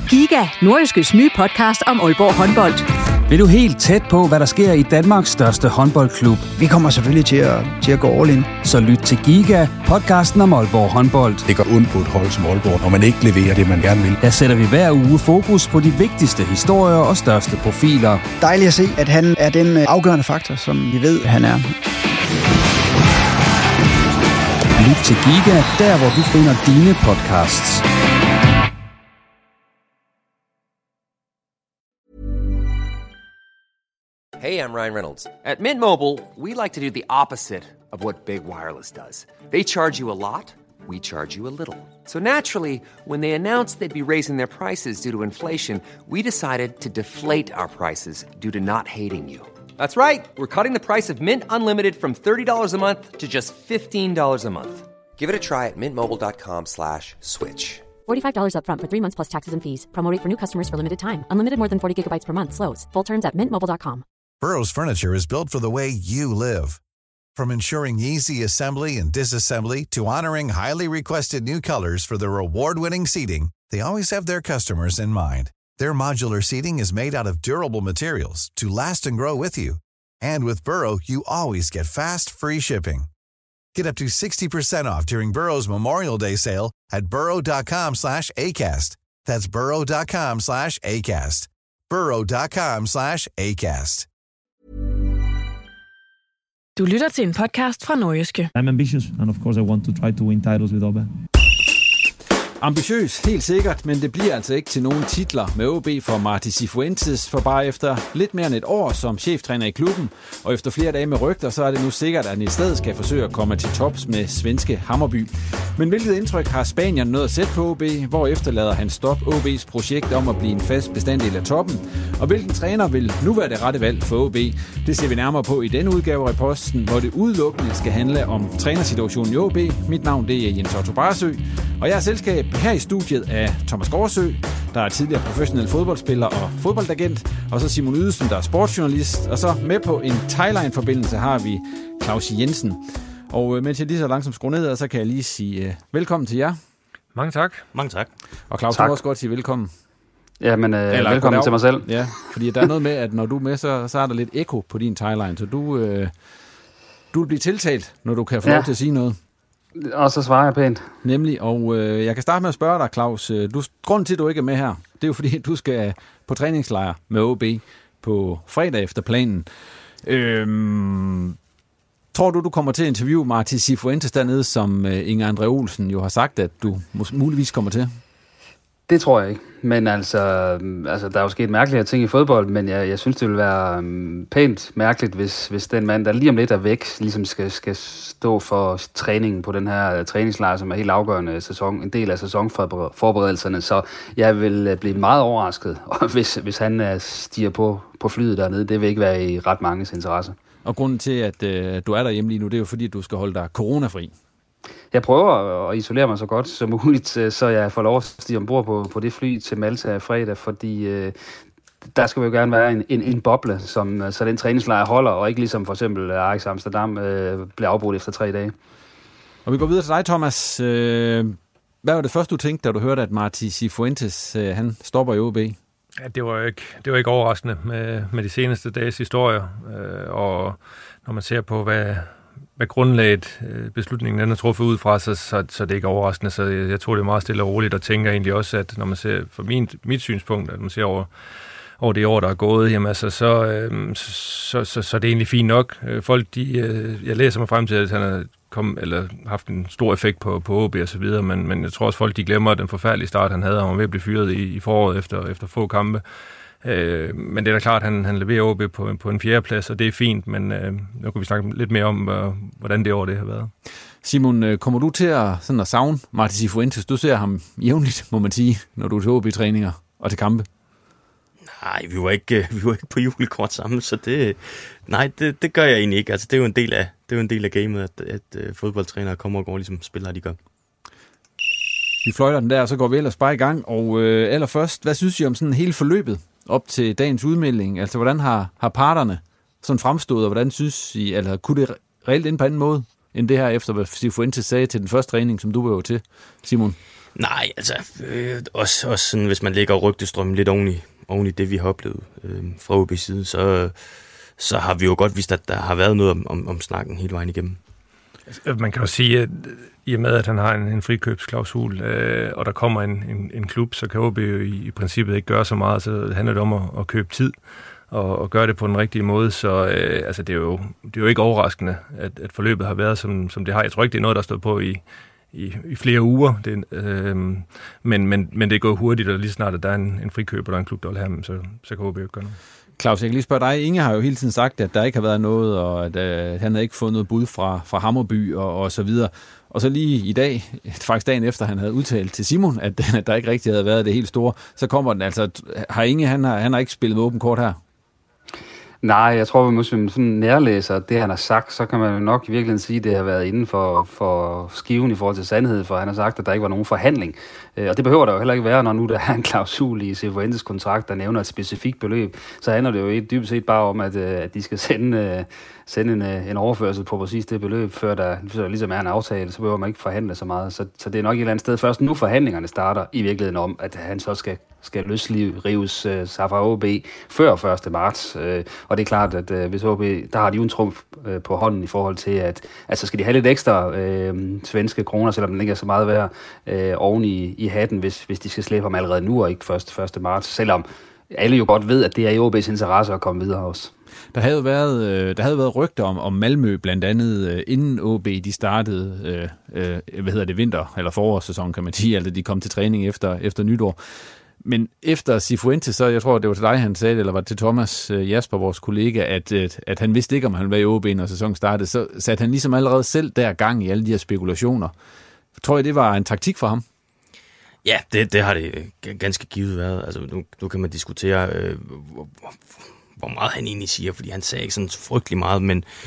Giga, Nordjyskes nye podcast om Aalborg håndbold. Vil du helt tæt på, hvad der sker i Danmarks største håndboldklub? Vi kommer selvfølgelig til at gå all in. Så lyt til Giga, podcasten om Aalborg håndbold. Det går ondt på et hold som Aalborg, når man ikke leverer det, man gerne vil. Der sætter vi hver uge fokus på de vigtigste historier og største profiler. Dejligt at se, at han er den afgørende faktor, som vi ved, han er. Lyt til Giga, der hvor du finder dine podcasts. Hey, I'm Ryan Reynolds. At Mint Mobile, we like to do the opposite of what Big Wireless does. They charge you a lot, we charge you a little. So naturally, when they announced they'd be raising their prices due to inflation, we decided to deflate our prices due to not hating you. That's right. We're cutting the price of Mint Unlimited from $30 a month to just $15 a month. Give it a try at mintmobile.com/switch. $45 up front for 3 months plus taxes and fees. Promo rate for new customers for limited time. Unlimited more than 40 gigabytes per month slows. Full terms at mintmobile.com. Burrow's furniture is built for the way you live. From ensuring easy assembly and disassembly to honoring highly requested new colors for their award-winning seating, they always have their customers in mind. Their modular seating is made out of durable materials to last and grow with you. And with Burrow, you always get fast, free shipping. Get up to 60% off during Burrow's Memorial Day sale at burrow.com/ACAST. That's burrow.com/ACAST. burrow.com/ACAST. Du lytter til en podcast fra Nordjyske. I'm ambitious, and of course I want to try to win titles with OB. Ambitiøs, helt sikkert, men det bliver altså ikke til nogen titler med OB for Martí Cifuentes, for bare efter lidt mere end et år som cheftræner i klubben, og efter flere dage med rygter, så er det nu sikkert, at han i stedet skal forsøge at komme til tops med svenske Hammarby. Men hvilket indtryk har Spanien nået at sætte på OB, hvor efterlader han stoppe OB's projekt om at blive en fast bestanddel af toppen, og hvilken træner vil nu være det rette valg for OB? Det ser vi nærmere på i denne udgave af Posten, hvor det udelukkende skal handle om trænersituationen i OB. Mit navn det er Jens Otto Barsø, og jeg er selskab her i studiet af Thomas Gårdsø, der er tidligere professionel fodboldspiller og fodboldagent, og så Simon Ydesen, der er sportsjournalist, og så med på en Thailand-forbindelse har vi Claus Jensen. Og mens jeg lige så langsomt skruer ned, så kan jeg lige sige velkommen til jer. Mange tak. Mange tak. Og Claus, du må også godt sige velkommen. Ja, men velkommen til mig selv. Ja, fordi der er noget med, at når du er med, så er der lidt ekko på din Thailand, så du vil blive tiltalt, når du kan få lov til at sige noget. Og så svarer jeg pænt. Nemlig, og jeg kan starte med at spørge dig, Claus. Grunden til, at du ikke er med her, det er jo fordi, du skal på træningslejr med OB på fredag efter planen. Tror du kommer til at interviewe Martí Cifuentes dernede, som Inger André Olsen jo har sagt, at du muligvis kommer til? Det tror jeg ikke. Men altså der er jo sket mærkelige ting i fodbold, men jeg synes, det vil være pænt mærkeligt, hvis den mand, der lige om lidt er væk, ligesom skal stå for træningen på den her træningslejr, som er helt afgørende en del af sæsonforberedelserne. Så jeg vil blive meget overrasket, hvis han stiger på flyet dernede. Det vil ikke være i ret manges interesse. Og grunden til, at du er derhjemme lige nu, det er jo fordi, at du skal holde dig coronafri. Jeg prøver at isolere mig så godt som muligt, så jeg får lov at stige ombord på det fly til Malta fredag, fordi der skal jo gerne være en boble, så den træningslejr holder, og ikke ligesom for eksempel Ajax Amsterdam bliver afbrudt efter 3 dage. Og vi går videre til dig, Thomas. Hvad var det første, du tænkte, da du hørte, at Martí Cifuentes han stopper i OB? Ja, det var ikke overraskende med de seneste dages historier, og når man ser på, hvad grundlaget beslutningen den er truffet ud fra, så det er ikke overraskende. Så jeg tror, det er meget stille og roligt, og tænker egentlig også, at når man ser fra mit synspunkt, at man ser over det år, der er gået, jamen altså, så er det egentlig fint nok. Folk, jeg læser mig frem til, at han har haft en stor effekt på OB og så videre, men jeg tror også, folk de glemmer den forfærdelige start, han havde. Han var ved at blive fyret i foråret efter få kampe. Men det er da klart, at han leverer OB på en 4. plads, og det er fint, men nu kan vi snakke lidt mere om, hvordan det år det har været. Simon, kommer du til at savne Martí Cifuentes? Du ser ham jævnligt, må man sige, når du er til OB-træninger og til kampe. Nej, vi var ikke på julekort sammen, så det gør jeg egentlig ikke. Altså, det er jo en del af gamet, at fodboldtrænere kommer og går, ligesom spillere de gør. Vi fløjter den der, og så går vi ellers bare i gang. Og allerførst, hvad synes I om sådan hele forløbet op til dagens udmelding? Altså, hvordan har parterne sådan fremstået, og hvordan synes I, eller kunne det reelt ind på anden måde, end det her, efter hvad Cifuentes sagde til den første træning, som du var jo til, Simon? Nej, altså også sådan, hvis man lægger rygtestrømmen lidt oven i det, vi har oplevet fra OB's side, så har vi jo godt vidst, at der har været noget om snakken hele vejen igennem. Man kan jo sige, at i og med, at han har en frikøbsklausul, og der kommer en klub, så kan OB jo i princippet ikke gøre så meget, så handler det om at købe tid og gøre det på den rigtige måde, så altså, det er jo ikke overraskende, at forløbet har været, som det har. Jeg tror ikke, det er noget, der står på i flere uger, men det går hurtigt, og lige snart, at der er en frikøber, der er en klub, der vil have dem, så kan OB jo ikke gøre noget. Claus, jeg kan lige spørge dig. Inge har jo hele tiden sagt, at der ikke har været noget, og at han havde ikke fået noget bud fra Hammarby og så videre. Og så lige i dag, faktisk dagen efter, han havde udtalt til Simon, at der ikke rigtig havde været det helt store, så kommer den altså. Har Inge, han har ikke spillet med åben kort her? Nej, jeg tror, hvis man sådan nærlæser det, han har sagt, så kan man jo nok i virkeligheden sige, at det har været inden for skiven i forhold til sandhed, for han har sagt, at der ikke var nogen forhandling. Og det behøver der jo heller ikke være, når nu der er en klausul i Cifuentes kontrakt, der nævner et specifikt beløb. Så handler det jo dybest set bare om, at de skal sende en overførsel på præcis det beløb, før der ligesom er en aftale, så behøver man ikke forhandle så meget. Så det er nok et eller andet sted først nu forhandlingerne starter i virkeligheden om, at han så skal løsrives sig fra OB før 1. marts. Og det er klart, at hvis OB, der har de jo en trumf på hånden i forhold til, at altså skal de have lidt ekstra svenske kroner, selvom den ikke er så meget værd, oven i hatten, hvis de skal slæbe ham allerede nu og ikke først 1. marts, selvom alle jo godt ved, at det er i OB's interesse at komme videre også. Der havde været rygter om Malmø, blandt andet inden OB de startede vinter- eller forårssæsonen, kan man sige, altså de kom til træning efter nytår. Men efter Cifuentes, så jeg tror, det var til dig, han sagde det, eller var det til Thomas Jasper, vores kollega, at han vidste ikke, om han ville være i OB, når sæsonen startede, så satte han ligesom allerede selv der gang i alle de her spekulationer. Tror I, det var en taktik for ham? Ja, det har det ganske givet været. Altså, nu kan man diskutere, hvor meget han egentlig siger, fordi han sagde ikke sådan så frygtelig meget,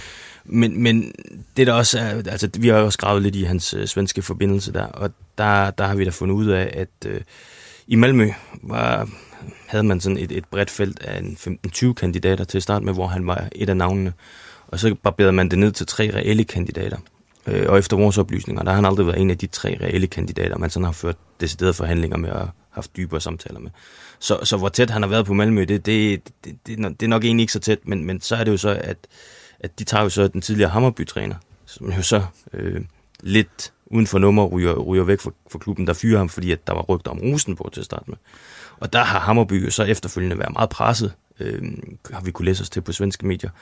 men det der også er, altså vi har også gravet lidt i hans svenske forbindelse der, og der har vi da fundet ud af, at i Malmø havde man sådan et bredt felt af 15-20 kandidater til at starte med, hvor han var et af navnene, og så barberede man det ned til 3 reelle kandidater. Og efter vores oplysninger, der har han aldrig været en af de 3 reelle kandidater, man sådan har ført deciderede forhandlinger med og haft dybere samtaler med. Så hvor tæt han har været på Malmø, det er nok egentlig ikke så tæt, men så er det jo så, at de tager jo så den tidligere Hammarby-træner, som jo så lidt uden for nummer ryger væk fra klubben, der fyrer ham, fordi at der var rygter om Rosenborg til at starte med. Og der har Hammarby jo så efterfølgende været meget presset, har vi kunne læse os til på svenske medier.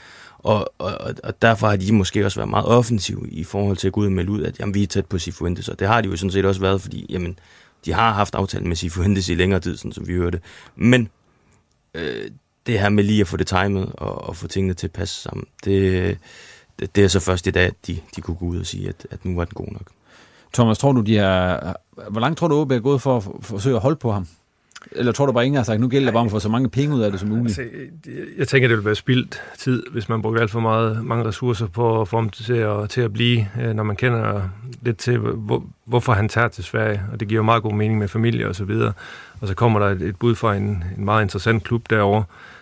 Og derfor har de måske også været meget offensive i forhold til at gå ud og melde ud, at jamen, vi er tæt på Cifuentes, og det har de jo sådan set også været, fordi jamen, de har haft aftale med Cifuentes i længere tid, sådan som vi hørte. Men det her med lige at få det timet og få tingene til at passe sammen, det er så først i dag, at de kunne gå ud og sige, at nu var den god nok. Thomas, tror du, hvor langt tror du, OB er gået for at forsøge at holde på ham? Eller tror du bare, ingen har sagt, nu gælder det bare om at få så mange penge ud af det som muligt? Altså, jeg tænker, det vil være spildt tid, hvis man bruger alt for mange ressourcer på at få ham til at blive, når man kender lidt til, hvorfor han tager til Sverige. Og det giver jo meget god mening med familie og så videre. Og så kommer der et bud fra en meget interessant klub derovre.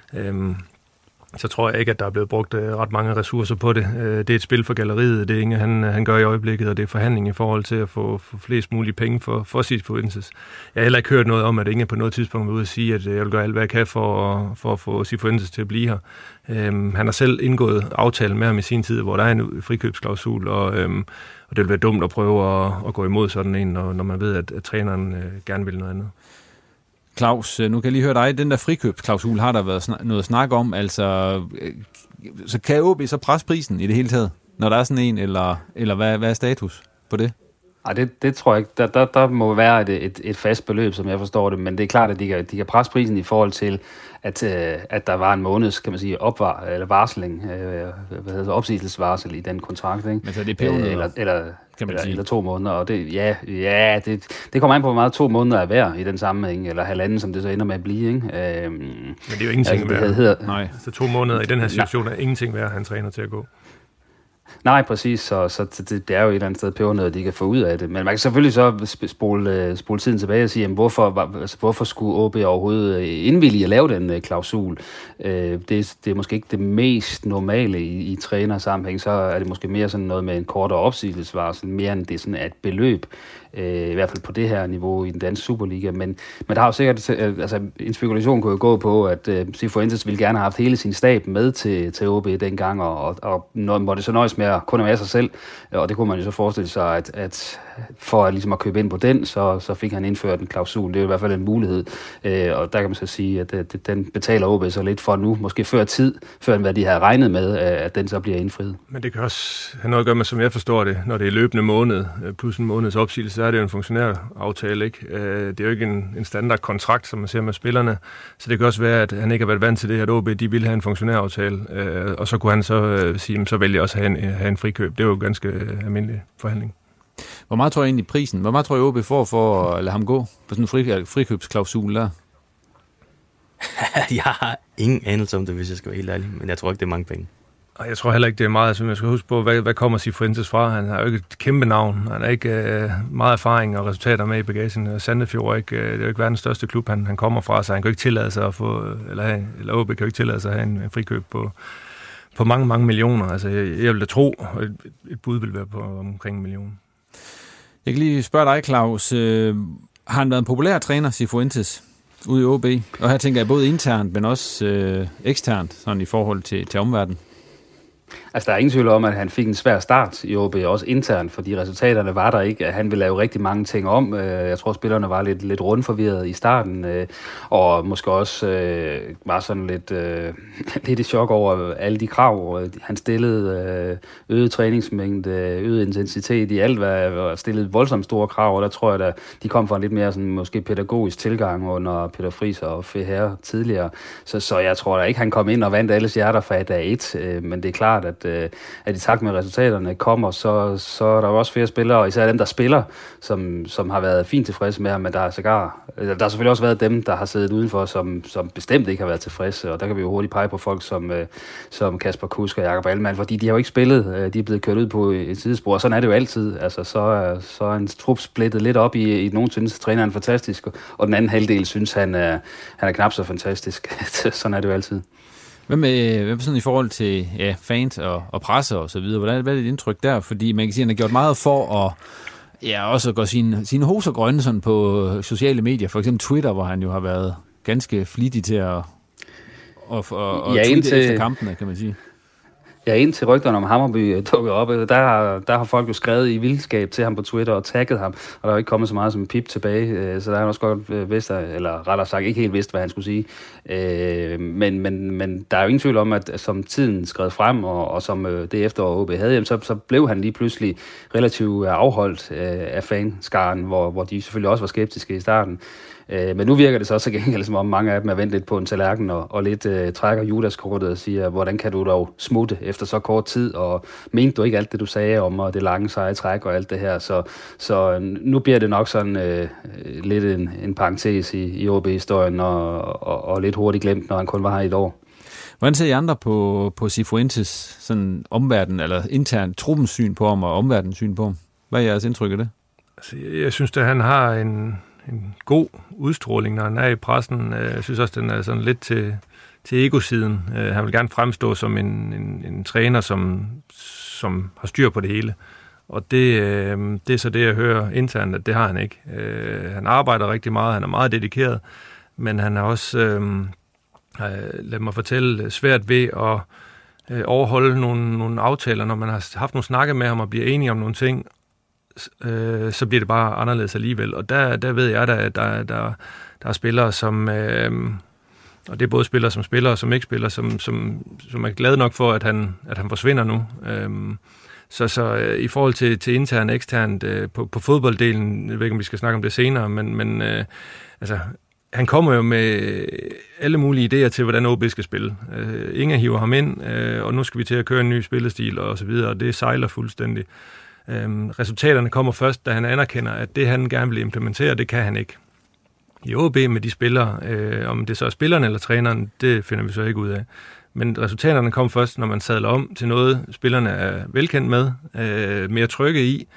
Så tror jeg ikke, at der er blevet brugt ret mange ressourcer på det. Det er et spil for galleriet, det er Inge, han gør i øjeblikket, og det er forhandling i forhold til at få flest mulige penge for Cifuentes. Jeg har heller ikke hørt noget om, at Inge på noget tidspunkt vil ud og sige, at jeg vil gøre alt, hvad jeg kan for at få Cifuentes til at blive her. Han har selv indgået aftale med ham i sin tid, hvor der er en frikøbsklausul, og det vil være dumt at prøve at gå imod sådan en, når man ved, at træneren gerne vil noget andet. Claus, nu kan jeg lige høre dig. Den der frikøbsklausul har der været noget snak om. Altså, så kan OB så presse prisen i det hele taget, når der er sådan en, eller hvad er status på det? Nej, det tror jeg ikke. Der må være et fast beløb, som jeg forstår det, men det er klart, at de kan presse prisen i forhold til, at der var en måneds, kan man sige, varsling, opsigelsesvarsel i den kontrakt, ikke? Men så det er eller 2 måneder, og det kommer an på, hvor meget 2 måneder er værd i den sammenhæng, eller halvanden, som det så ender med at blive, ikke? Men det er jo ingenting værd. Nej, så 2 måneder i den her situation er ingenting værd, han træner til at gå. Nej, præcis, så det er jo et eller andet sted pebernødder, de kan få ud af det. Men man kan selvfølgelig så spole tiden tilbage og sige, jamen, hvorfor skulle OB overhovedet indvillige at lave den klausul? Det er måske ikke det mest normale i trænersammenhæng, så er det måske mere sådan noget med en kortere opsigelsesvarsel, mere end det sådan et beløb, i hvert fald på det her niveau i den danske Superliga. Men der har jo sikkert, altså en spekulation kunne jo gå på, at Cifuentes ville gerne have haft hele sin stab med til OB dengang, og hvor det så nøjes med kun at være sig selv, og det kunne man jo så forestille sig, at for at, ligesom at købe ind på den, så fik han indført en klausul. Det er jo i hvert fald en mulighed, og der kan man så sige, at den betaler OB så lidt for nu, måske før end hvad de havde regnet med, at den så bliver indfriet. Men det kan også have noget at gøre med, som jeg forstår det, når det er løbende måned, plus en måneds opsigelse, så er det jo en funktionæraftale, ikke? Det er jo ikke en standardkontrakt, som man ser med spillerne, så det kan også være, at han ikke har været vant til det her, at OB, de ville have en funktionæraftale, og så kunne han så sige, så vælger jeg også have en frikøb. Det er jo ganske almindelig forhandling. Hvor meget tror jeg egentlig prisen? Hvor meget tror jeg OB får for at lade ham gå på sådan en frikøbsklausul der? Jeg har ingen anelse om det, hvis jeg skal være helt ærlig, men jeg tror ikke, det er mange penge. Og jeg tror heller ikke, det er meget. Jeg skal huske på, hvad kommer Cifuentes fra? Han har jo ikke et kæmpe navn. Han har ikke meget erfaring og resultater med i bagagen. Sandefjord det er jo ikke verdens største klub, han kommer fra, så han kan ikke tillade sig at få, eller OB kan jo ikke tillade sig at have en frikøb på mange, mange millioner. Altså, jeg vil da tro, at et bud vil være på omkring 1 million. Jeg kan lige spørge dig, Claus. Har han været en populær træner, Cifuentes, ude i OB? Og her tænker jeg både internt, men også eksternt, sådan i forhold til omverdenen. Altså, der er ingen tvivl om, at han fik en svær start i OB, også internt, fordi resultaterne var der ikke. Han ville lave rigtig mange ting om. Jeg tror, spillerne var lidt rundforvirret i starten, og måske også var sådan lidt i chok over alle de krav. Han stillede øget træningsmængde, øget intensitet i alt, hvad stillede voldsomt store krav, og der tror jeg, at de kom fra en lidt mere sådan, måske pædagogisk tilgang under Peter Friis og Feher tidligere. Så jeg tror da ikke, han kom ind og vandt alles hjerter fra dag 1, men det er klart, at i takt med resultaterne kommer, så er der jo også flere spillere, og især dem, der spiller, som har været fint tilfredse med ham, men der har selvfølgelig også været dem, der har siddet udenfor, som bestemt ikke har været tilfredse, og der kan vi jo hurtigt pege på folk som Kasper Kusk og Jakob Allmann, fordi de har jo ikke spillet, de er blevet kørt ud på et sidespor, og sådan er det jo altid. Altså, så er en trup splittet lidt op i nogen synes, træneren er fantastisk, og den anden halvdel synes, han er knap så fantastisk. Sådan er det jo altid. Hvad med sådan i forhold til fans og presse og så videre? Hvad er dit indtryk der? Fordi man kan sige, at han har gjort meget for at også gå sine hoser grønne sådan på sociale medier. For eksempel Twitter, hvor han jo har været ganske flittig til at tweete efter kampene, kan man sige. Ja, indtil rygterne om Hammarby dukkede op, der har folk jo skrevet i vildskab til ham på Twitter og tagget ham, og der er jo ikke kommet så meget som en pip tilbage, så der er også godt vidst, eller rettere sagt ikke helt vidst, hvad han skulle sige. Men der er jo ingen tvivl om, at som tiden skred frem, og som det efterår OB havde, så blev han lige pludselig relativt afholdt af fanskaren, hvor de selvfølgelig også var skeptiske i starten. Men nu virker det så også gengæld, som om mange af dem er vendt lidt på en tallerken og lidt trækker Judas-kortet og siger, hvordan kan du dog smutte efter så kort tid, og mente du ikke alt det, du sagde om, og det lange seje træk og alt det her. Så nu bliver det nok sådan lidt en parentes i OB-historien, og lidt hurtigt glemt, når han kun var her i et år. Hvordan ser I andre på Cifuentes sådan omverden, eller internt truppens syn på ham og omverdens syn på ham? Hvad er jeres indtryk af det? Altså, jeg synes, at han har en god udstråling, når han er i pressen. Jeg synes også, den er sådan lidt til ego-siden. Han vil gerne fremstå som en træner, som har styr på det hele. Og det er så det, jeg hører internt, at det har han ikke. Han arbejder rigtig meget, han er meget dedikeret, men han har også, lad mig fortælle, svært ved at overholde nogle aftaler, når man har haft nogle snakke med ham og bliver enige om nogle ting, så bliver det bare anderledes alligevel. Og der ved jeg, at der er spillere, som og det er både spillere, som spiller og som ikke spiller, som er glade nok for, at han forsvinder nu. Så i forhold til intern og eksternt på fodbolddelen, jeg ved ikke, om vi skal snakke om det senere, men altså, han kommer jo med alle mulige idéer til, hvordan OB skal spille. Inger hiver ham ind, og nu skal vi til at køre en ny spillestil og så videre, og det sejler fuldstændig. Resultaterne kommer først, da han anerkender, at det, han gerne vil implementere, det kan han ikke. I OB med de spillere, om det så er spilleren eller træneren, det finder vi så ikke ud af. Men resultaterne kom først, når man sadler om til noget, spillerne er velkendt med, mere trygge i.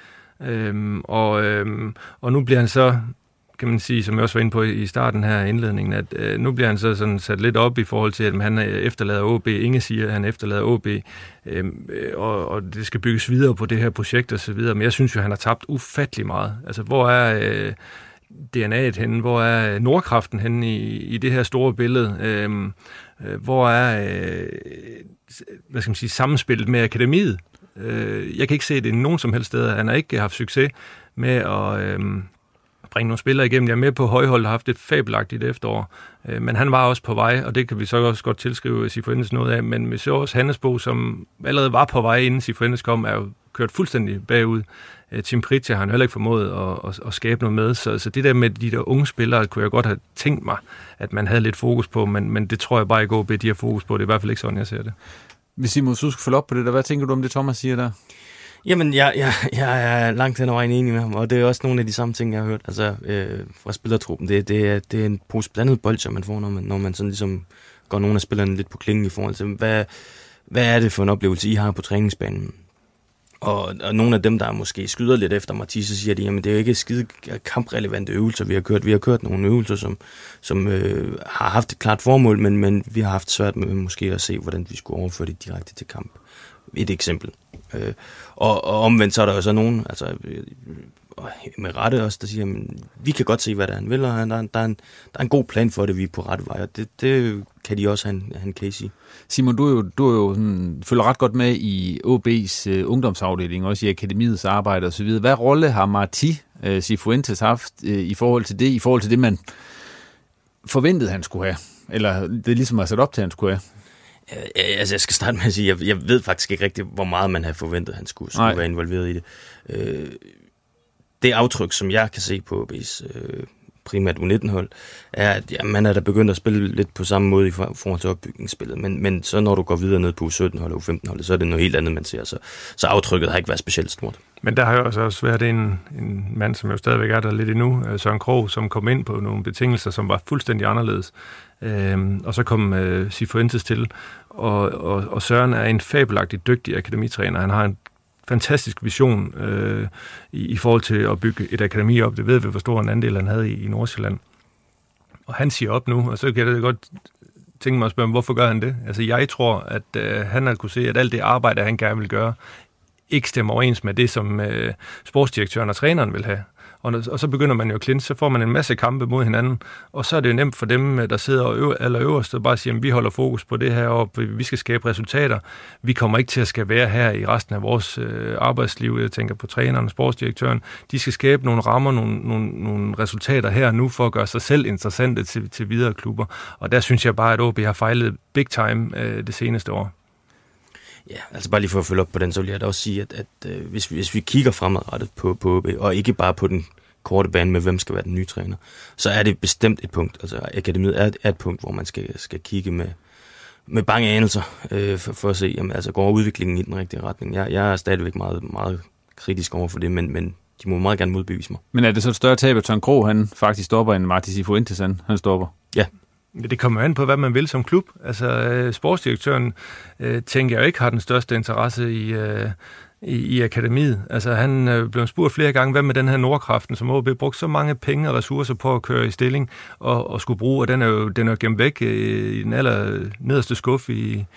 Og nu bliver han så, kan man sige, som jeg også var inde på i starten her indledningen, at nu bliver han så sådan sat lidt op i forhold til, at han efterlader OB. Inge siger, at han efterlader OB, og det skal bygges videre på det her projekt og så videre. Men jeg synes jo, han har tabt ufattelig meget. Altså, hvor er DNA'et henne? Hvor er Nordkraften henne i det her store billede? Hvor er hvad skal man sige, sammenspillet med akademiet? Jeg kan ikke se det i nogen som helst steder. Han har ikke haft succes med at bringe nogle spillere igennem. Jeg er med på Højhold, har haft et fabelagtigt efterår, men han var også på vej, og det kan vi så også godt tilskrive Cifuentes noget af, men vi så også Hannesbo, som allerede var på vej, inden Cifuentes kom, er jo kørt fuldstændig bagud. Tim Pritja har han heller ikke formået at skabe noget med, så det der med de der unge spillere, kunne jeg godt have tænkt mig, at man havde lidt fokus på, men det tror jeg bare ikke, OB de har fokus på. Det er i hvert fald ikke sådan, jeg ser det. Hvis Simon, du skal følge op på det der, hvad tænker du om det, Thomas siger der? Jamen, jeg er langt hen ad vejen enig med ham, og det er også nogle af de samme ting, jeg har hørt fra spillertruppen. Det er en pose blandet bolcher, man får, når man sådan ligesom går nogle af spillerne lidt på klingen i forhold til, hvad er det for en oplevelse, I har på træningsbanen? Og nogle af dem, der måske skyder lidt efter Marti, så siger de, jamen det er jo ikke skide kamprelevante øvelser, vi har kørt. Vi har kørt nogle øvelser, som har haft et klart formål, men vi har haft svært med måske at se, hvordan vi skulle overføre det direkte til kamp. Et eksempel. Og omvendt så er der jo så nogen, altså med rette også, der siger, jamen, vi kan godt se, hvad der han vil, og der er en god plan for det, vi er på rette vej, og det kan de også have en case i. Simon, du er jo følger ret godt med i OB's ungdomsafdeling, også i akademiets arbejde og så videre. Hvad rolle har Marti Cifuentes haft i forhold til det, man forventede, han skulle have? Eller det ligesom har sat op til, han skulle have? Altså, jeg skal starte med at sige, jeg ved faktisk ikke rigtig, hvor meget man havde forventet, han skulle være involveret i det. Det aftryk, som jeg kan se på OB's primært U19-hold, er, at man er da begyndt at spille lidt på samme måde i forhold til opbygningsspillet, men så når du går videre ned på U17-hold og U15-hold, så er det noget helt andet, man ser. Så aftrykket har ikke været specielt stort. Men der har jo også været en mand, som jo stadigvæk er der lidt endnu, Søren Krog, som kom ind på nogle betingelser, som var fuldstændig anderledes. Og så kom Cifuentes til, og Søren er en fabelagtigt dygtig akademitræner. Han har en fantastisk vision i forhold til at bygge et akademi op. Det ved vi, hvor stor en andel han havde i Nordsjælland. Og han siger op nu, og så kan jeg godt tænke mig at spørge, hvorfor gør han det? Altså, jeg tror, at han har kunne se, at alt det arbejde, han gerne vil gøre, ikke stemmer overens med det, som sportsdirektøren og træneren vil have. Og så begynder man jo at klinse, så får man en masse kampe mod hinanden, og så er det jo nemt for dem, der sidder allerøverst, og bare siger, at vi holder fokus på det her, og vi skal skabe resultater. Vi kommer ikke til at skal være her i resten af vores arbejdsliv. Jeg tænker på træneren og sportsdirektøren. De skal skabe nogle rammer, nogle resultater her nu, for at gøre sig selv interessante til videre klubber. Og der synes jeg bare, at OB har fejlet big time det seneste år. Ja, altså bare lige for at følge op på den, så vil jeg da også sige, at hvis vi kigger fremadrettet på OB, og ikke bare på den korte bane med, hvem skal være den nye træner, så er det bestemt et punkt. Altså akademiet er et punkt, hvor man skal kigge med bange anelser for at se, jamen, altså, går udviklingen i den rigtige retning. Jeg er stadigvæk meget, meget kritisk over for det, men de må meget gerne modbevise mig. Men er det så et større tab, at Søren Krog, han faktisk stopper, end Marti Cifuentes, han stopper? Ja. Det kommer an på, hvad man vil som klub. Altså, sportsdirektøren, tænker jeg ikke, har den største interesse i akademiet. Altså, han blev spurgt flere gange, hvad med den her Nordkraften, som OB brugt så mange penge og ressourcer på at køre i stilling og skulle bruge, og den er jo gemt væk i den aller nederste skuffe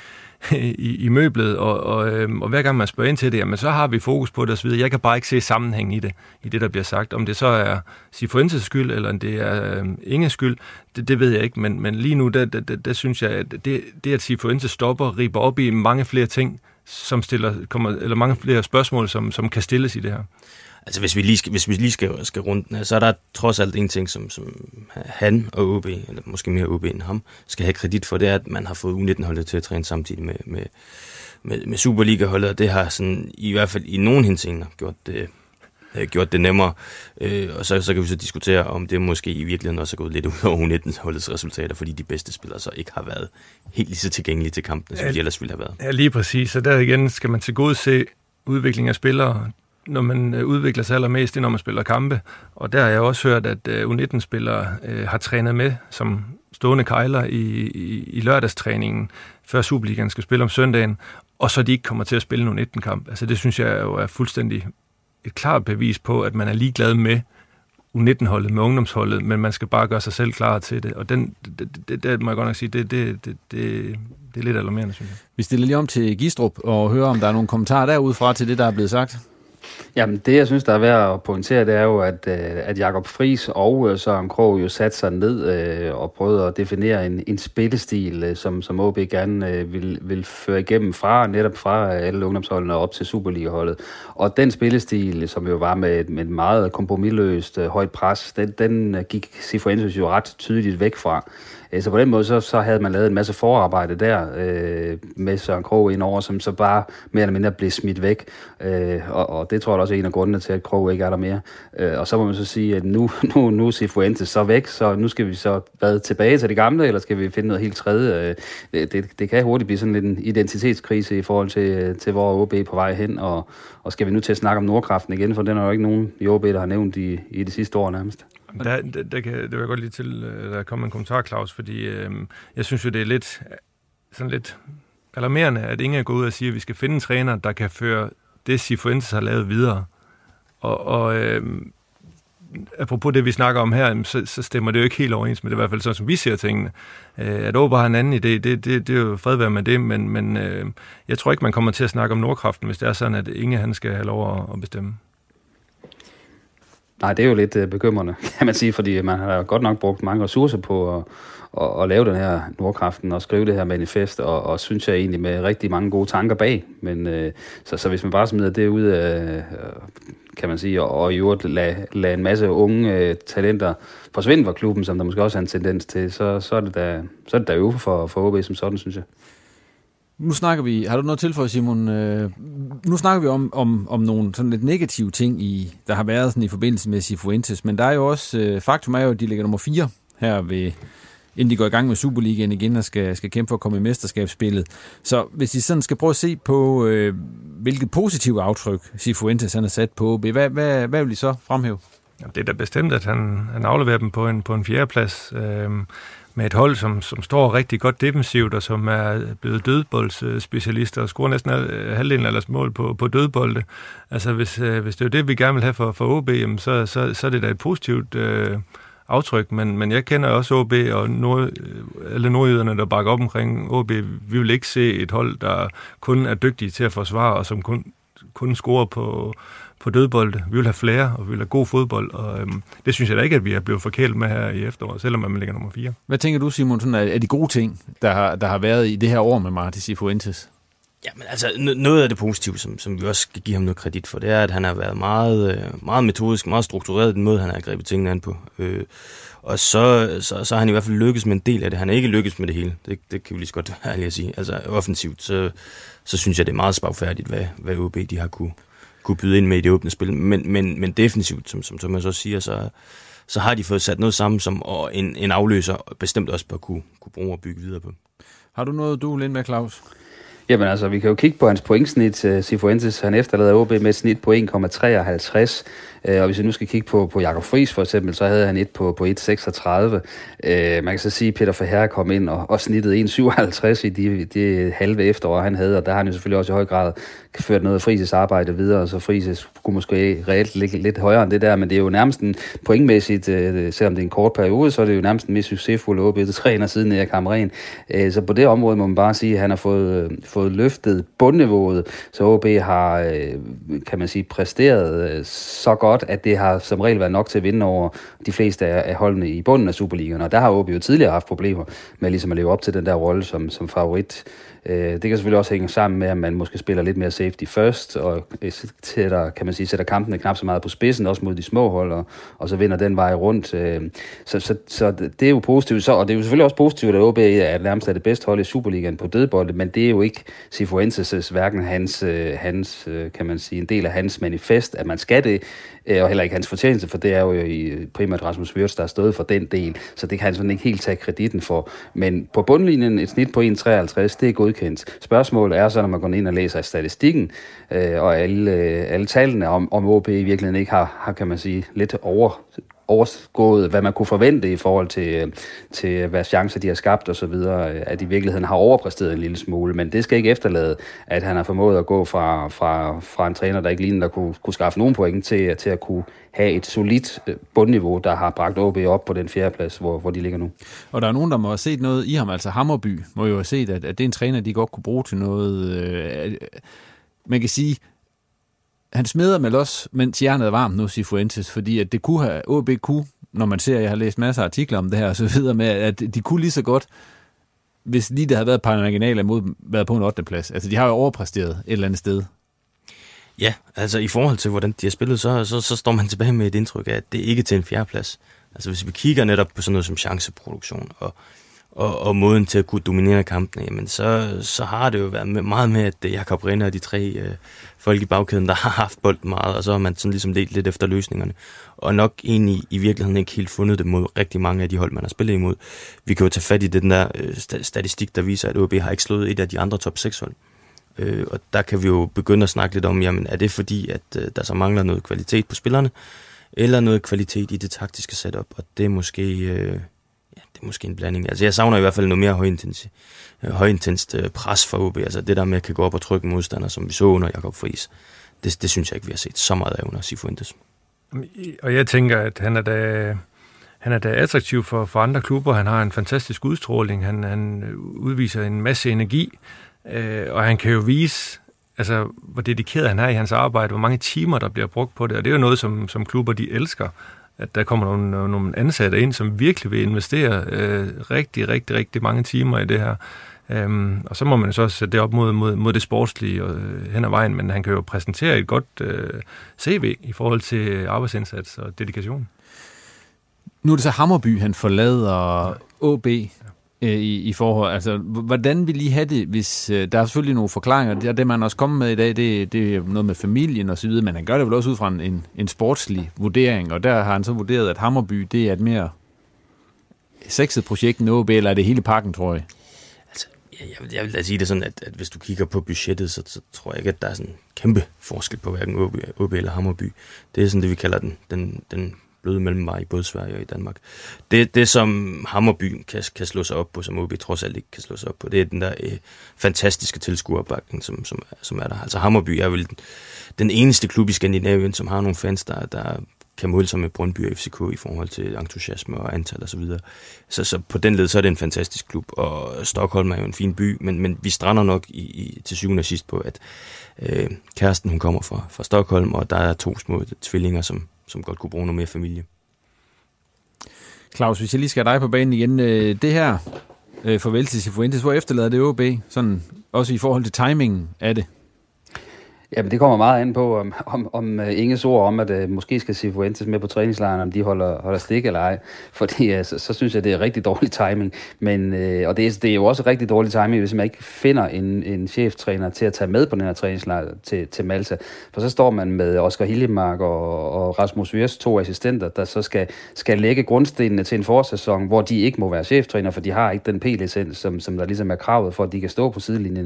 i møblet, og hver gang man spørger ind til det, jamen, så har vi fokus på det og så videre. Jeg kan bare ikke se sammenhæng i det, der bliver sagt. Om det så er Cifuentes skyld, eller om det er Inges skyld, det ved jeg ikke, men lige nu, der synes jeg, at det at Cifuentes stopper, riber op i mange flere ting, eller mange flere spørgsmål, som kan stilles i det her. Altså hvis vi lige skal rundt, så er der trods alt en ting, som han og OB, eller måske mere OB end ham, skal have kredit for, det er, at man har fået U19-holdet til at træne samtidig med Superliga-holdet, og det har sådan, i hvert fald i nogen henseender gjort det nemmere. Og så kan vi så diskutere, om det måske i virkeligheden også er gået lidt ud over U19-holdets resultater, fordi de bedste spillere så ikke har været helt lige så tilgængelige til kampene, som de ellers ville have været. Ja, lige præcis. Så der igen skal man tilgodese udvikling af spillere, når man udvikler sig allermest, det er, når man spiller kampe. Og der har jeg også hørt, at U19-spillere har trænet med, som stående kejler i lørdagstræningen, før Superligaen skal spille om søndagen, og så de ikke kommer til at spille nogen 19-kamp. Altså det synes jeg jo er fuldstændig et klart bevis på, at man er ligeglad med U19-holdet, med ungdomsholdet, men man skal bare gøre sig selv klar til det. Og det må jeg godt nok sige, det er lidt alarmerende, synes jeg. Vi stiller lige om til Gistrup og hører, om der er nogle kommentarer derudfra til det, der er blevet sagt. Jamen, det jeg synes, der er værd at pointere, det er jo, at Jakob Friis og Søren Krogh jo satte sig ned og prøvede at definere en spillestil, som OB gerne vil føre igennem netop fra alle ungdomsholdene op til Superliga-holdet. Og den spillestil, som jo var med et meget kompromisløst højt pres, den gik Cifuentes jo ret tydeligt væk fra. Så på den måde, så havde man lavet en masse forarbejde der med Søren Krogh indover, som så bare mere eller mindre blev smidt væk. Og det tror jeg også er en af grundene til, at Krogh ikke er der mere. Og så må man så sige, at nu er Cifuentes så væk, så nu skal vi så tilbage til det gamle, eller skal vi finde noget helt tredje? Det kan hurtigt blive sådan lidt en identitetskrise i forhold til hvor OB er på vej hen, og skal vi nu til at snakke om Nordkraften igen, for den er jo ikke nogen i OB, der har nævnt i det sidste år nærmest. Det vil jeg godt lige til, der kommer en kommentar, Claus, fordi jeg synes jo, det er lidt alarmerende, at Inge går ud og siger, at vi skal finde en træner, der kan føre det, Cifuentes har lavet videre. Og apropos det, vi snakker om her, så stemmer det jo ikke helt overens med det, i hvert fald sådan, som vi ser tingene. At OB har en anden idé, det er jo fred være med det, men jeg tror ikke, man kommer til at snakke om Nordkraften, hvis det er sådan, at Inge han skal have lov at bestemme. Nej, det er jo lidt bekymrende, kan man sige, fordi man har godt nok brugt mange ressourcer på at lave den her Nordkraften og skrive det her manifest, og synes jeg egentlig med rigtig mange gode tanker bag. Men så hvis man bare smider det ud af, kan man sige, og i øvrigt lade en masse unge talenter forsvinde fra klubben, som der måske også er en tendens til, så er det da øve for OB som sådan, synes jeg. Nu snakker vi, har du noget til for, Simon? Nu snakker vi om nogle sådan lidt negative ting, der har været sådan i forbindelse med Cifuentes, men der er jo også, faktum er jo, at de ligger nummer 4 her inden de går i gang med Superligaen igen og skal kæmpe for at komme i mesterskabsspillet. Så hvis I sådan skal prøve at se på, hvilket positivt aftryk Cifuentes han har sat på OB, hvad vil I så fremhæve? Ja, det er da bestemt, at han afleverer dem på en 4. plads. Med et hold, som står rigtig godt defensivt, og som er blevet dødboldsspecialister og scorer næsten halvdelen af deres mål på dødbolde. Altså, hvis det er det, vi gerne vil have for OB, så er det da et positivt aftryk. Men jeg kender også OB og alle nordjyderne, der bakker op omkring OB. Vi vil ikke se et hold, der kun er dygtige til at forsvare, og som kun scorer på dødbolde. Vi vil have flere, og vi vil have god fodbold, og det synes jeg da ikke, at vi er blevet forkælet med her i efteråret, selvom man ligger nummer 4. Hvad tænker du, Simon, sådan af de gode ting, der har været i det her år med Marti Cifuentes? Jamen altså, noget af det positive, som vi også skal give ham noget kredit for, det er, at han har været meget, meget metodisk, meget struktureret i den måde, han har grebet tingene an på. Og så har han i hvert fald lykkes med en del af det. Han er ikke lykkes med det hele. Det kan vi lige så godt ærligt at sige. Altså offensivt, så synes jeg, det er meget spagfærdigt, hvad OB de har kunne byde ind med i det åbne spil. Men defensivt, som Thomas også siger, så har de fået sat noget sammen, som en afløser bestemt også bør kunne bruge og bygge videre på. Har du noget, du vil ind med, Claus? Jamen altså, vi kan jo kigge på hans pointsnit. Cifuentes, han efterlader OB med et snit på 1,53. Og hvis vi nu skal kigge på Jakob Friis for eksempel, så havde han et på 1,36. Man kan så sige, at Peter Verherre kom ind og snittede 1,57 i de halve efterår, han havde. Og der har han jo selvfølgelig også i høj grad ført noget af Friis' arbejde videre, så Friis kunne måske reelt ligge lidt højere end det der, men det er jo nærmest en pointmæssigt, selvom det er en kort periode, så er det jo nærmest en mest succesfuld OB-træner siden Erik Hamrén. Så på det område må man bare sige, at han har fået løftet bundniveauet, så OB har, kan man sige, præsteret så godt, at det har som regel været nok til at vinde over de fleste af holdene i bunden af Superligaen, og der har OB jo tidligere haft problemer med ligesom at leve op til den der rolle som favorit. Det kan selvfølgelig også hænge sammen med, at man måske spiller lidt mere safety first, og sætter kampene knap så meget på spidsen, også mod de små hold, og så vinder den vej rundt. Så det er jo positivt. Og det er jo selvfølgelig også positivt, at OB er nærmest det bedste hold i Superligaen på dødbolde, men det er jo ikke Cifuentes' hverken hans, kan man sige, en del af hans manifest, at man skal det, og heller ikke hans fortjeneste, for det er jo primært Rasmus Wirtz, der har stået for den del, så det kan han sådan ikke helt tage kreditten for. Men på bundlinjen et snit på 1,53, det er godkendt. Spørgsmålet er så, når man går ind og læser i statistikken, og alle tallene om OB i virkeligheden ikke har, kan man sige, lidt overgået, hvad man kunne forvente i forhold til hvad chancer de har skabt og så videre, at i virkeligheden har overpræsteret en lille smule, men det skal ikke efterlade, at han har formået at gå fra en træner, der ikke lignede, der kunne skaffe nogen point til at kunne have et solidt bundniveau, der har bragt OB op på den 4. plads, hvor de ligger nu. Og der er nogen, der må have set noget i ham, altså Hammarby må jo have set, at det er en træner, de godt kunne bruge til noget. Man kan sige, han smider med los, mens hjernet er varmt nu, Cifuentes, fordi at det kunne have, OB kunne, når man ser, jeg har læst masser af artikler om det her, og så videre med, at de kunne lige så godt, hvis lige der havde været Panathinaikos imod dem, været på en 8. plads. Altså, de har jo overpræsteret et eller andet sted. Ja, altså i forhold til, hvordan de har spillet, så står man tilbage med et indtryk af, at det ikke er til en 4. plads. Altså hvis vi kigger netop på sådan noget som chanceproduktion og måden til at kunne dominere kampene, jamen så har det jo været meget med, at det er Jakob Rehne og de 3 folk i bagkæden, der har haft bolden meget, og så har man sådan ligesom delt lidt efter løsningerne. Og nok egentlig i virkeligheden ikke helt fundet det mod rigtig mange af de hold, man har spillet imod. Vi kan jo tage fat i den der statistik, der viser, at OB har ikke slået et af de andre top 6 hold. Og der kan vi jo begynde at snakke lidt om, jamen er det fordi, at der så mangler noget kvalitet på spillerne, eller noget kvalitet i det taktiske setup, og det er måske en blanding. Altså jeg savner i hvert fald noget mere højintenst pres for OB, altså det der med at kan gå op og trykke modstander, som vi så under Jakob Friis. Det synes jeg ikke, vi har set så meget af under Cifuentes. Og jeg tænker, at han er da attraktiv for andre klubber. Han har en fantastisk udstråling. Han udviser en masse energi, og han kan jo vise, altså, hvor dedikeret han er i hans arbejde, hvor mange timer, der bliver brugt på det. Og det er jo noget, som klubber de elsker. At der kommer nogle ansatte ind, som virkelig vil investere rigtig mange timer i det her. Og så må man så sætte det op mod det sportslige hen ad vejen, men han kan jo præsentere et godt CV i forhold til arbejdsindsats og dedikation. Nu er det så Hammarby, han forlader OB i forhold. Altså, hvordan vil I have det, hvis der er selvfølgelig nogle forklaringer, det man også kommet med i dag, det er noget med familien og så videre, men han gør det vel også ud fra en sportslig vurdering, og der har han så vurderet, at Hammarby, det er et mere sexet projekt end OB, eller er det hele pakken, tror jeg? Altså, jeg vil da sige det sådan, at hvis du kigger på budgettet, så tror jeg ikke, at der er sådan en kæmpe forskel på hverken OB eller Hammarby. Det er sådan det, vi kalder den bløde mellemvej i både Sverige og i Danmark. Det som Hammarby kan slå sig op på, som OB trods alt ikke kan slå sig op på, det er den der fantastiske tilskueropbakning, som er der. Altså Hammarby er vel den eneste klub i Skandinavien, som har nogle fans, der kan måle sig med Brøndby og FCK i forhold til entusiasme og antal og så videre. Så på den led, så er det en fantastisk klub, og Stockholm er jo en fin by, men vi strander nok til syvende og sidst på, at kæresten, hun kommer fra Stockholm, og der er 2 små tvillinger, som godt kunne bruge noget mere familie. Claus, hvis jeg lige skal have dig på banen igen. Det her farvel til Cifuentes, hvor efterlader det OB? Sådan, også i forhold til timingen af det? Jamen, det kommer meget an på, om Inges ord om, at måske skal Cifuentes med på træningslejren, om de holder stik eller ej. Fordi så synes jeg, det er rigtig dårlig timing. Men, og det er jo også rigtig dårlig timing, hvis man ikke finder en cheftræner til at tage med på den her træningslejr til Malta. For så står man med Oscar Hiljemark og Rasmus Wiers 2 assistenter, der så skal lægge grundstenene til en forårssæson, hvor de ikke må være cheftræner, for de har ikke den P-licens, som der ligesom er kravet for, at de kan stå på sidelinjen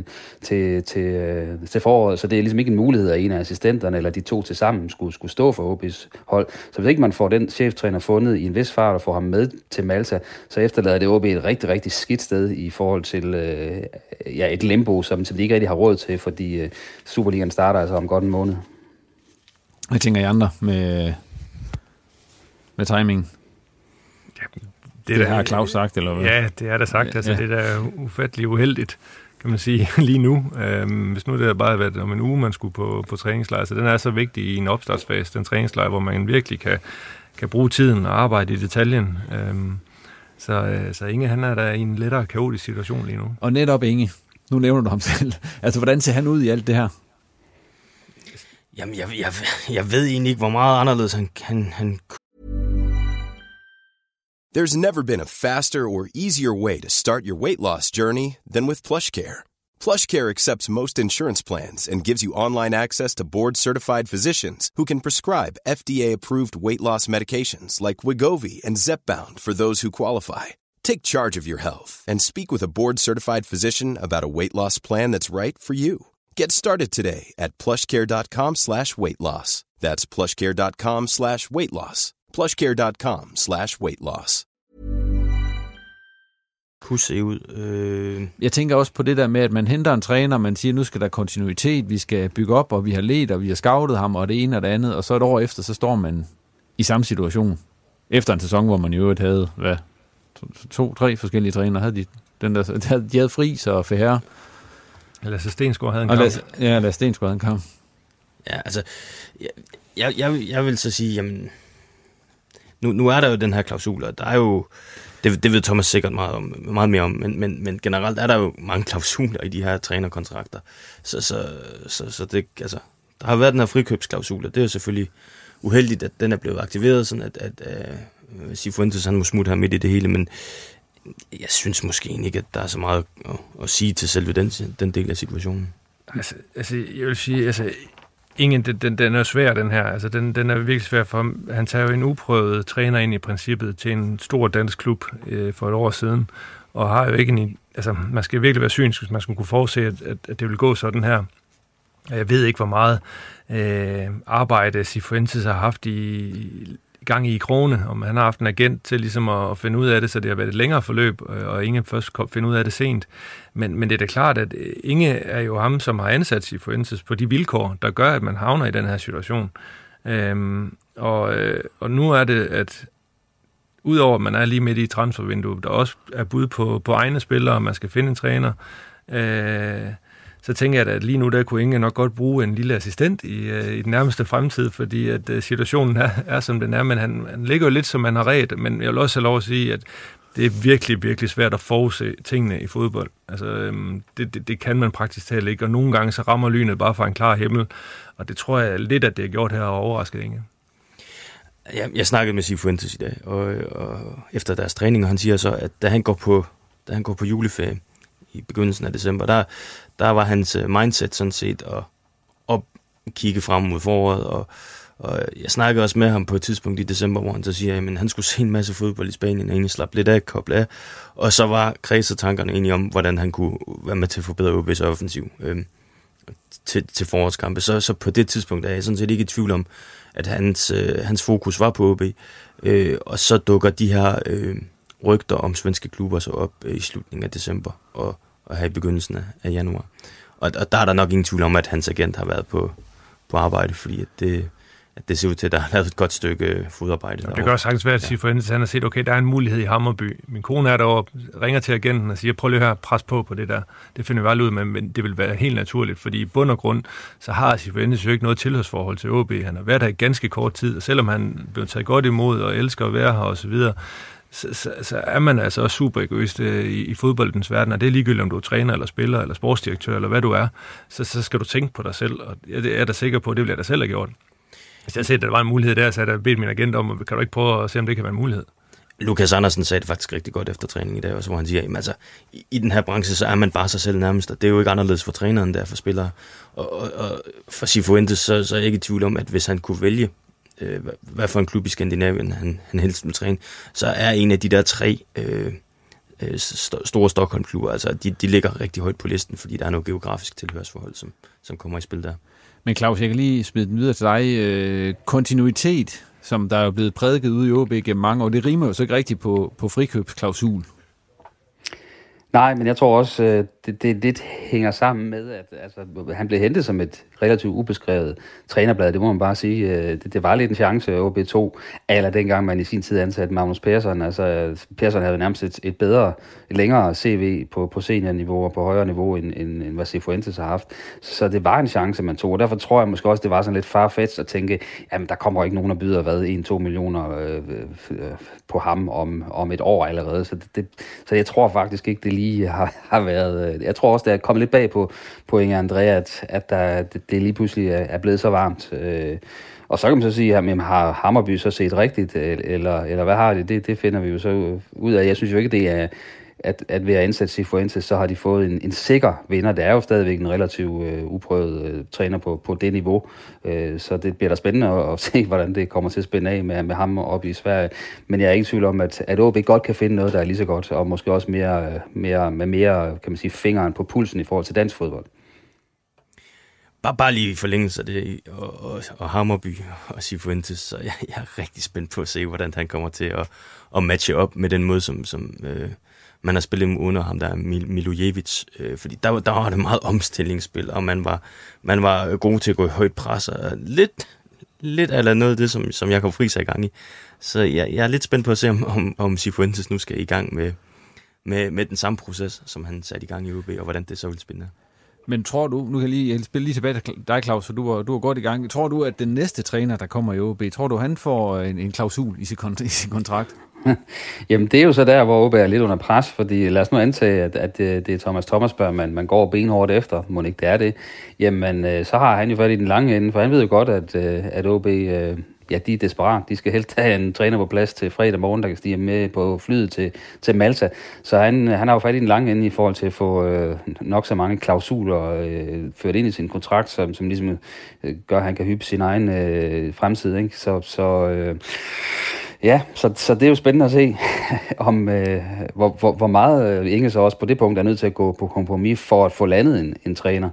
til foråret. Så det er ligesom ikke en mulighed, at en af assistenterne eller de 2 til sammen skulle stå for OB's hold. Så hvis ikke man får den cheftræner fundet i en vis fart og får ham med til Malta, så efterlader det OB et rigtig, rigtig skidt sted i forhold til et limbo, som de ikke rigtig har råd til, fordi Superligaen starter altså om godt en måned. Hvad tænker I andre med timing? Ja, det har Claus sagt, eller hvad? Ja, det er da sagt. Altså, det er da ufatteligt uheldigt, kan man sige, lige nu. Hvis nu det har bare været om en uge, man skulle på træningslejr, så den er så vigtig i en opstartsfase, den træningslejr, hvor man virkelig kan bruge tiden og arbejde i detaljen. Så Inge, han er der i en lettere kaotisk situation lige nu. Og netop Inge, nu nævner du ham selv. Altså, hvordan ser han ud i alt det her? Jamen, jeg ved egentlig ikke, hvor meget anderledes han There's never been a faster or easier way to start your weight loss journey than with PlushCare. PlushCare accepts most insurance plans and gives you online access to board-certified physicians who can prescribe FDA-approved weight loss medications like Wegovy and Zepbound for those who qualify. Take charge of your health and speak with a board-certified physician about a weight loss plan that's right for you. Get started today at plushcare.com/weightloss. That's plushcare.com/weightloss. PlushCare.com/weight-loss. Kunne se ud. Jeg tænker også på det der med, at man henter en træner, man siger, nu skal der kontinuitet, vi skal bygge op, og vi har ledt, og vi har scoutet ham, og det ene og det andet, og så et år efter, så står man i samme situation. Efter en sæson, hvor man i øvrigt havde, 2-3 forskellige trænere, havde de havde Friis og Ferre. Lasse Stensgaard havde en kamp. Lasse Stensgaard havde en kamp. Ja, altså, jeg vil så sige, jamen, nu er der jo den her klausul, og der er jo, det ved Thomas sikkert meget mere om, men generelt er der jo mange klausuler i de her trænerkontrakter. Så det, altså, der har været den her frikøbsklausul, og det er jo selvfølgelig uheldigt, at den er blevet aktiveret, sådan at Cifuentes han må smutte her midt i det hele, men jeg synes måske ikke, at der er så meget at sige til selve den del af situationen. Altså jeg vil sige, altså, den er svær, den her. Altså, den er virkelig svær for ham. Han tager jo en uprøvet træner ind i princippet til en stor dansk klub for et år siden, og har jo ikke altså, man skal virkelig være synsk, hvis man skulle kunne forudse, at det vil gå sådan her. Jeg ved ikke, hvor meget arbejde Cifuentes har haft i gang i Krone, om han har haft en agent til ligesom at finde ud af det, så det har været et længere forløb, og Inge først kom finde ud af det sent. Men det er da klart, at Inge er jo ham, som har ansat Cifuentes på de vilkår, der gør, at man havner i den her situation. Og nu er det, at udover at man er lige midt i transfervinduet, der også er bud på egne spillere, og man skal finde en træner, så tænker jeg, at lige nu der kunne Inge nok godt bruge en lille assistent i den nærmeste fremtid, fordi at situationen er som den er, men han ligger jo lidt, som man har ret, men jeg vil også have lov at sige, at det er virkelig, virkelig svært at forudse tingene i fodbold. Altså, det kan man praktisk talt ikke, og nogle gange så rammer lynet bare fra en klar himmel, og det tror jeg lidt, at det er gjort her og overrasket Inge. Jeg snakkede med Cifuentes i dag, og efter deres træning, og han siger så, at da han går på juleferie i begyndelsen af december, der var hans mindset sådan set at kigge frem mod foråret, og jeg snakkede også med ham på et tidspunkt i december, hvor han så siger, at han skulle se en masse fodbold i Spanien, og egentlig slappe lidt af, koble af, og så var kredsetankerne egentlig om, hvordan han kunne være med til at forbedre OB's offensiv til forårskampe. Så på det tidspunkt er jeg sådan set ikke i tvivl om, at hans fokus var på OB, og så dukker de her rygter om svenske klubber så op i slutningen af december, og her i begyndelsen af januar. Og der er der nok ingen tvivl om, at hans agent har været på arbejde, fordi at det ser ud til, at der har lavet et godt stykke fodarbejde. Det kan også sagtens være at sige for hende, han har set, okay, der er en mulighed i Hammarby. Min kone er derovre, ringer til agenten og siger, prøv lige at høre, pres på det der. Det finder vi aldrig ud med, men det vil være helt naturligt, fordi i bund og grund, så har Cifuentes jo ikke noget tilhørsforhold til OB. Han har været her i ganske kort tid, og selvom han blev taget godt imod og elsker at være her osv., så er man altså også super egoist i fodboldens verden, og det er ligegyldigt, om du er træner eller spiller eller sportsdirektør eller hvad du er, så skal du tænke på dig selv, og jeg er da sikker på, at det ville jeg da selv have gjort. Hvis jeg havde set, at der var en mulighed der, så havde jeg bedt min agent om, kan du ikke prøve at se, om det kan være en mulighed? Lukas Andersen sagde det faktisk rigtig godt efter træning i dag, også, hvor han siger, at altså, i den her branche, så er man bare sig selv nærmest, og det er jo ikke anderledes for træneren, der for spillere. Og for Cifuentes, så er jeg ikke i tvivl om, at hvis han kunne vælge, hvad for en klub i Skandinavien han helst vil træne, så er en af de der 3 store Stockholm-klubber, altså de ligger rigtig højt på listen, fordi der er noget geografisk tilhørsforhold, som kommer i spil der. Men Claus, jeg kan lige smide den videre til dig. Kontinuitet, som der er blevet prædiket ude i OB gennem mange år, det rimer jo så ikke rigtigt på frikøbsklausul. Nej, men jeg tror også, det lidt hænger sammen med, at altså, han blev hentet som et relativt ubeskrevet trænerblad. Det må man bare sige. Det var lidt en chance, OB2, eller dengang man i sin tid ansatte Magnus Persson. Altså, Persson havde nærmest et længere CV på seniorniveau og på højere niveau, end hvad Cifuentes har haft. Så det var en chance, man tog. Og derfor tror jeg måske også, det var sådan lidt farfetched at tænke, jamen der kommer ikke nogen, der byder 1-2 millioner på ham om et år allerede. Så jeg tror faktisk ikke, det lige har været... Jeg tror også, det er kommet lidt bag på Inge Andrea, at det lige pludselig er blevet så varmt. Og så kan man så sige, at har Hammarby så set rigtigt, eller hvad har det? Det finder vi jo så ud af. Jeg synes jo ikke, det er... At ved at ansætte Cifuentes, så har de fået en sikker vinder. Det er jo stadigvæk en relativt uprøvet træner på det niveau. Så det bliver da spændende at se, hvordan det kommer til at spænde af med ham oppe i Sverige. Men jeg er ikke i tvivl om, at OB godt kan finde noget, der er lige så godt, og måske også mere kan man sige, fingeren på pulsen i forhold til dansk fodbold. Bare lige i forlængelse af det, og Hammarby og Cifuentes, så jeg er rigtig spændt på at se, hvordan han kommer til at matche op med den måde, som man har spillet under ham, der er Milojevic, fordi der var det meget omstillingsspil, og man var god til at gå i højt pres, og lidt eller noget af det, som Jakob Friis er i gang i. Så jeg er lidt spændt på at se, om Cifuentes nu skal i gang med den samme proces, som han satte i gang i OB, og hvordan det så vil spille. Men tror du, nu kan jeg spille lige tilbage til dig, Claus, for du var godt i gang. Tror du, at den næste træner, der kommer i OB, tror du, han får en klausul i sin kontrakt? Jamen, det er jo så der, hvor OB er lidt under pres, fordi lad os nu antage, at det er Thomas Thomasberg, man går benhårdt efter. Må ikke det er det? Jamen, så har han jo fat i den lange ende, for han ved jo godt, at OB... Ja, de er desperat. De skal helst have en træner på plads til fredag morgen, der kan stige med på flyet til Malta. Så han har jo fat i den lange ende i forhold til at få nok så mange klausuler ført ind i sin kontrakt, som ligesom gør, at han kan hyppe sin egen fremtid. Ikke? Så det er jo spændende at se, om hvor meget Inge så også på det punkt er nødt til at gå på kompromis for at få landet en træner.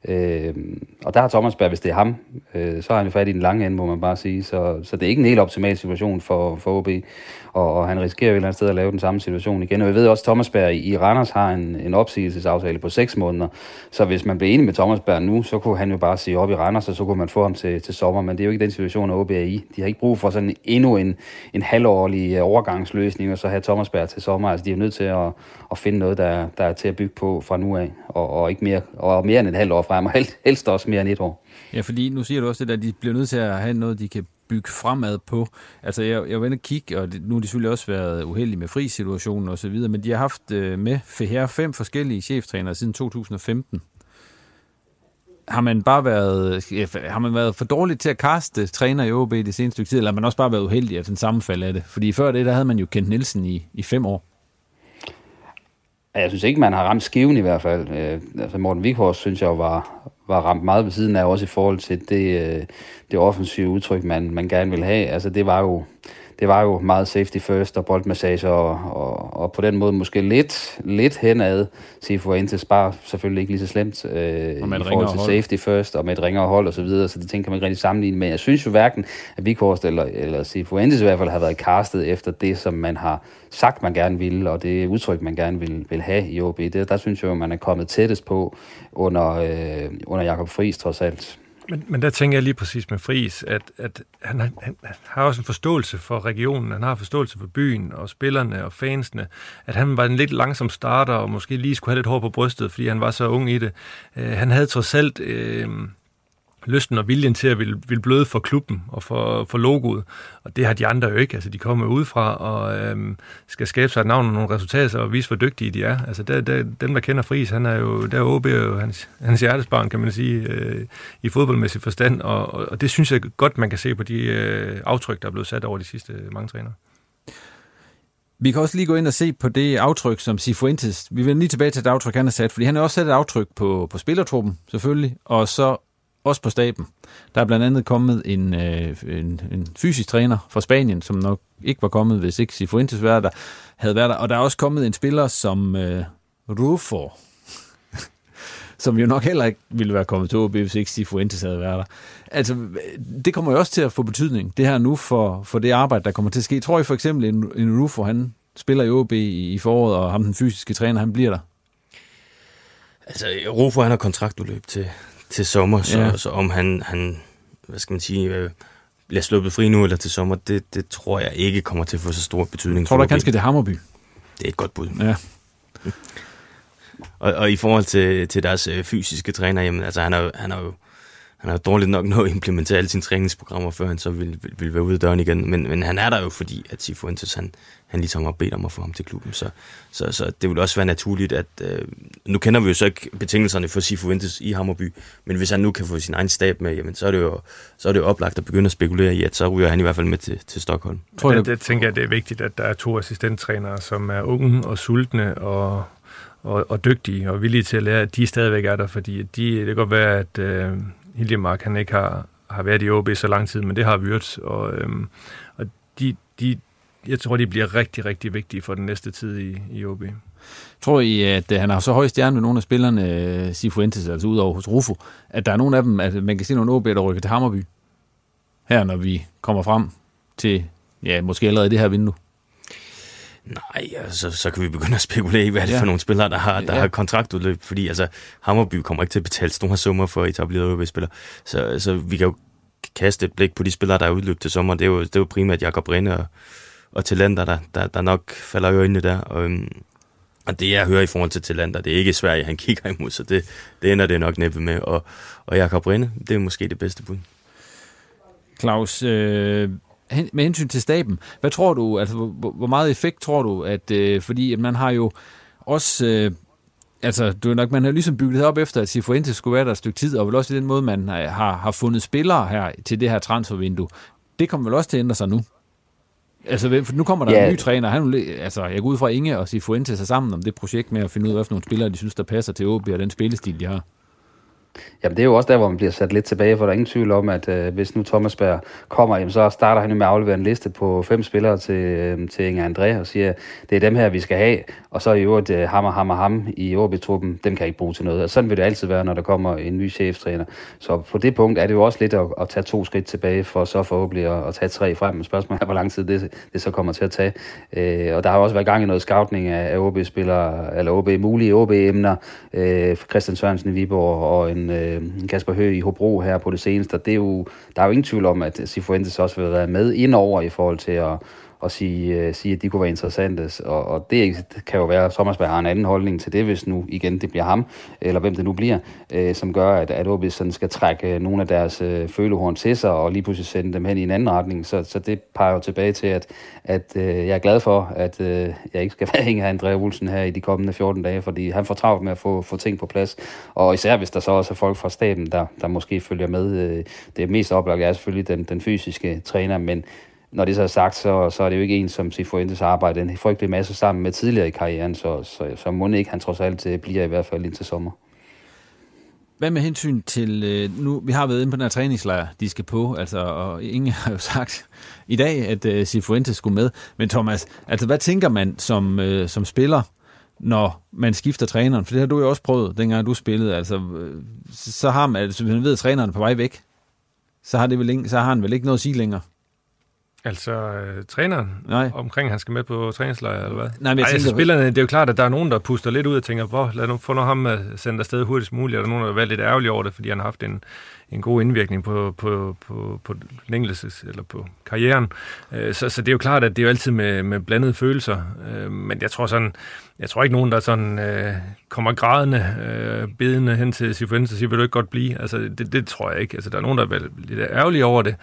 Og der har Thomasberg, hvis det er ham, så har han jo fat i den lange ende, må man bare sige. Så det er ikke en helt optimal situation for OB, og han risikerer jo et eller andet sted at lave den samme situation igen. Og jeg ved også, at Thomasberg i Randers har en opsigelsesaftale på 6 måneder, så hvis man bliver enig med Thomasberg nu, så kunne han jo bare sige op i Randers, og så kunne man få ham til sommer, men det er jo ikke den situation, OB er i. De har ikke brug for sådan endnu en halvårlig overgangsløsning, og så have Thomasberg til sommer. Altså, de er jo nødt til at finde noget, der er til at bygge på fra nu af, og ikke mere end et halvt år frem, og helst også mere end et år. Ja, fordi nu siger du også det der, at de bliver nødt til at have noget, de kan bygge fremad på. Altså, jeg var inde og kigge, og nu har de selvfølgelig også været uheldige med fri-situationen og så videre, men de har haft med Feher 5 forskellige cheftrænere siden 2015. Har man været for dårlig til at kaste træner i OB det seneste stykke tid, eller har man også bare været uheldig af den sammenfald af det? Fordi før det, der havde man jo Kent Nielsen i 5 år. Jeg synes ikke, man har ramt skiven i hvert fald. Altså Morten Wighorst, synes jeg var ramt meget ved siden af, også i forhold til det offensive udtryk, man gerne vil have. Altså det var jo meget safety first og boldmassage, og på den måde måske lidt henad. Cifuentes bare selvfølgelig ikke lige så slemt i forhold til safety first og med et ringere hold og så videre, så det ting kan man ikke rigtig sammenligne med. Jeg synes jo hverken, at Wighorst eller Cifuentes i hvert fald har været castet efter det, som man har sagt, man gerne ville, og det udtryk, man gerne vil have i OB. Der synes jeg jo, man er kommet tættest på under Jakob Friis trods alt. Men der tænker jeg lige præcis med Friis, at han har også en forståelse for regionen, han har forståelse for byen og spillerne og fansene, at han var en lidt langsom starter og måske lige skulle have lidt hår på brystet, fordi han var så ung i det. Han havde trods alt lysten og viljen til at ville bløde for klubben og for logoet, og det har de andre jo ikke. Altså, de kommer udefra og skal skabe sig et navn og nogle resultater og vise, hvor dygtige de er. Altså, dem, der kender Friis, han er jo, der OB er jo hans hjertesbarn, kan man sige, i fodboldmæssig forstand, og det synes jeg godt, man kan se på de aftryk, der er blevet sat over de sidste mange trænere. Vi kan også lige gå ind og se på det aftryk, som Cifuentes, vi vender lige tilbage til det aftryk, han har sat, fordi han har også sat et aftryk på spillertruppen, selvfølgelig, og så også på staben. Der er blandt andet kommet en fysisk træner fra Spanien, som nok ikke var kommet, hvis ikke Cifuentes havde været der. Og der er også kommet en spiller som Rufo, som jo nok heller ikke ville være kommet til OB, hvis ikke Cifuentes havde været der. Altså, det kommer jo også til at få betydning, det her nu, for det arbejde, der kommer til at ske. Tror I for eksempel, en Rufo, han spiller i OB i foråret, og ham den fysiske træner, han bliver der? Altså, Rufo, han har kontraktudløb til sommer, så om han hvad skal man sige, bliver sluppet fri nu eller til sommer, det tror jeg ikke kommer til at få så stor betydning. Tror du ikke, han skal til Hammarby? Det er et godt bud. Ja. og i forhold til deres fysiske træner, jamen, altså han har jo dårligt nok nået at implementere alle sine træningsprogrammer, før han så vil være ude af døren igen. Men han er der jo, fordi at Cifuentes, han ligesom har bedt om at få ham til klubben. Så det vil også være naturligt, at nu kender vi jo så ikke betingelserne for Cifuentes i Hammarby, men hvis han nu kan få sin egen stab med, jamen, så er det jo oplagt at begynde at spekulere i, at så ryger han i hvert fald med til Stockholm. Det tænker jeg, det er vigtigt, at der er 2 assistenttrænere, som er unge og sultne og dygtige og villige til at lære, at de stadigvæk er der, fordi det kan godt være, at Hiljemark, han ikke har været i OB så lang tid, men det har Wirtz, og jeg tror, de bliver rigtig, rigtig vigtige for den næste tid i OB. Tror I, at han har så høj stjerne med nogle af spillerne, Cifuentes, altså udover hos Rufo, at der er nogle af dem, at man kan se nogle OB, der rykker til Hammarby? Her, når vi kommer frem til, ja, måske allerede det her vindue. Nej, altså, så kan vi begynde at spekulere i, hvad det er for nogle spillere, der har kontraktudløb, fordi altså, Hammarby kommer ikke til at betale store summer for at etablere OB-spillere. Så vi kan jo kaste et blik på de spillere, der er udløbet til sommer. Det er jo primært Jakob Rinde og Tillander, der nok falder i øjnene der. Og det, jeg hører i forhold til Tillander, det er ikke Sverige, han kigger imod, så det ender det nok næppe med. Og Jakob Rinde, det er måske det bedste bud. Claus, med hensyn til staben, hvad tror du, altså hvor meget effekt tror du, at fordi at man har jo også, altså man har ligesom bygget op efter, at Cifuentes skulle være der et stykke tid, og vel også i den måde, man har fundet spillere her til det her transfervindue. Det kommer vel også til at ændre sig nu? Altså, for nu kommer der en ny træner. Jeg går ud fra Inge og Cifuentes sammen om det projekt med at finde ud af, hvilke nogle spillere, de synes, der passer til OB og den spillestil, de har. Jamen, det er jo også der, hvor man bliver sat lidt tilbage, for der er ingen tvivl om, at hvis nu Thomas Berg kommer, jamen, så starter han med at aflevere en liste på 5 spillere til Inger André og siger, det er dem her, vi skal have, og så i øvrigt ham i OB-truppen, dem kan ikke bruge til noget. Og sådan vil det altid være, når der kommer en ny cheftræner. Så på det punkt er det jo også lidt at tage 2 skridt tilbage, for så forhåbentlig at tage 3 frem. Men spørgsmålet er, hvor lang tid det så kommer til at tage. Og der har også været gang i noget scouting af OB-spillere, eller mulige OB-emner, Christian Sørensen i Viborg og en Kasper Høgh i Hobro her på det seneste. Der er jo ingen tvivl om, at Cifuentes også vil være med indover i forhold til at sige, at de kunne være interessante. Og det kan jo være, at Thomas Berg har en anden holdning til det, hvis nu igen det bliver ham, eller hvem det nu bliver, som gør, at OB sådan skal trække nogle af deres følehorn til sig, og lige pludselig sende dem hen i en anden retning. Så det peger jo tilbage til, at jeg er glad for, at jeg ikke skal være Inger André Olsen her i de kommende 14 dage, fordi han får travlt med at få ting på plads. Og især hvis der så også er folk fra staben, der måske følger med. Det mest oplagt er selvfølgelig den fysiske træner, men når det så er sagt, så er det jo ikke en, som Cifuentes arbejder en frygtelig masse sammen med tidligere i karrieren, så må ikke han trods alt bliver i hvert fald indtil sommer. Hvad med hensyn til, nu vi har været inde på den her træningslejr, de skal på, altså, og Inge har jo sagt i dag, at Cifuentes skulle med. Men Thomas, altså hvad tænker man som spiller, når man skifter træneren? For det har du jo også prøvet, dengang du spillede. Altså, så har man, altså, hvis man ved, at træneren er på vej væk, så har han vel ikke noget at sige længere. Altså træneren? Nej. Omkring, han skal med på træningslejr, eller hvad? Nej, men altså, spillerne, det er jo klart, at der er nogen, der puster lidt ud og tænker, lad nu få ham sendt afsted hurtigst muligt, og der er nogen, der er lidt ærgerlige over det, fordi han har haft en god indvirkning på den enkelte, eller på karrieren. Så det er jo klart, at det er jo altid med blandede følelser. Men jeg tror ikke nogen, der sådan kommer grædende, bedende hen til Cifuentes og siger, vil du ikke godt blive? Altså, det tror jeg ikke. Altså, der er nogen, der er lidt ærgerlige over det.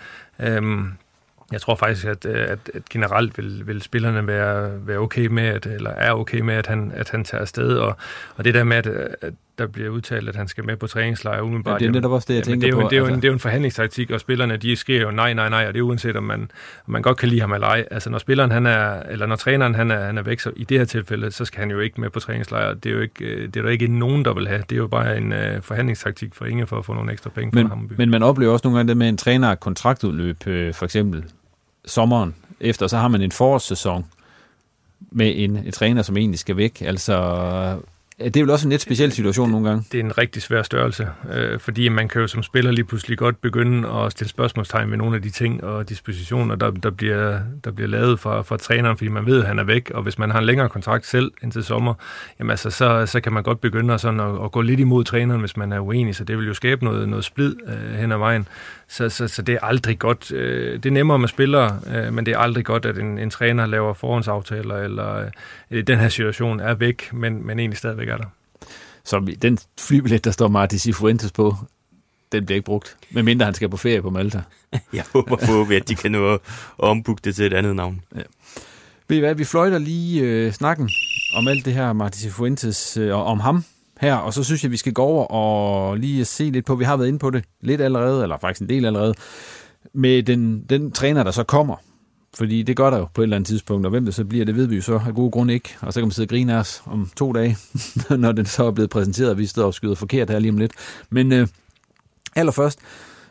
Jeg tror faktisk, at generelt vil spillerne være okay med, eller er okay med, at han tager afsted, og det der med, at der bliver udtalt, at han skal med på træningslejr umiddelbart. Ja, det er netop også det, jeg tænker på. Det er jo en forhandlingstaktik, og spillerne, de skriver jo nej, og det er uanset, om man godt kan lide ham eller ej. Altså, når spilleren når træneren han er væk, så i det her tilfælde, så skal han jo ikke med på træningslejr. Det er der ikke nogen, der vil have. Det er jo bare en forhandlingstaktik for Inge for at få nogle ekstra penge fra Hammarby. Men man oplever også nogle gange det med en træner kontraktudløb, for eksempel sommeren efter, så har man en forårssæson med en træner, som egentlig skal væk. Altså, det er jo også en lidt speciel situation nogle gange. Det er en rigtig svær størrelse, fordi man kan jo som spiller lige pludselig godt begynde at stille spørgsmålstegn ved nogle af de ting og dispositioner, der bliver lavet fra træneren, fordi man ved, at han er væk, og hvis man har en længere kontrakt selv indtil sommer, jamen altså, så kan man godt begynde at gå lidt imod træneren, hvis man er uenig, så det vil jo skabe noget splid hen ad vejen. Så det er aldrig godt. Det er nemmere med spillere, men det er aldrig godt, at en træner laver forhåndsaftaler, eller i den her situation er væk, men egentlig stadigvæk er der. Så den flybillet, der står Marti Cifuentes på, den bliver ikke brugt, medmindre han skal på ferie på Malta. Jeg håber at de kan nå at ombooke det til et andet navn. Ja. Ved I hvad, vi fløjter lige snakken om alt det her Marti Cifuentes og om ham her, og så synes jeg, vi skal gå over og lige se lidt på, vi har været inde på det lidt allerede, eller faktisk en del allerede, med den træner, der så kommer. Fordi det gør der jo på et eller andet tidspunkt, og hvem det så bliver, det ved vi jo så af gode grunde ikke. Og så kan man sidde og grine af os om 2 dage, når den så er blevet præsenteret, og vi står og skyder forkert her lige om lidt. Men allerførst,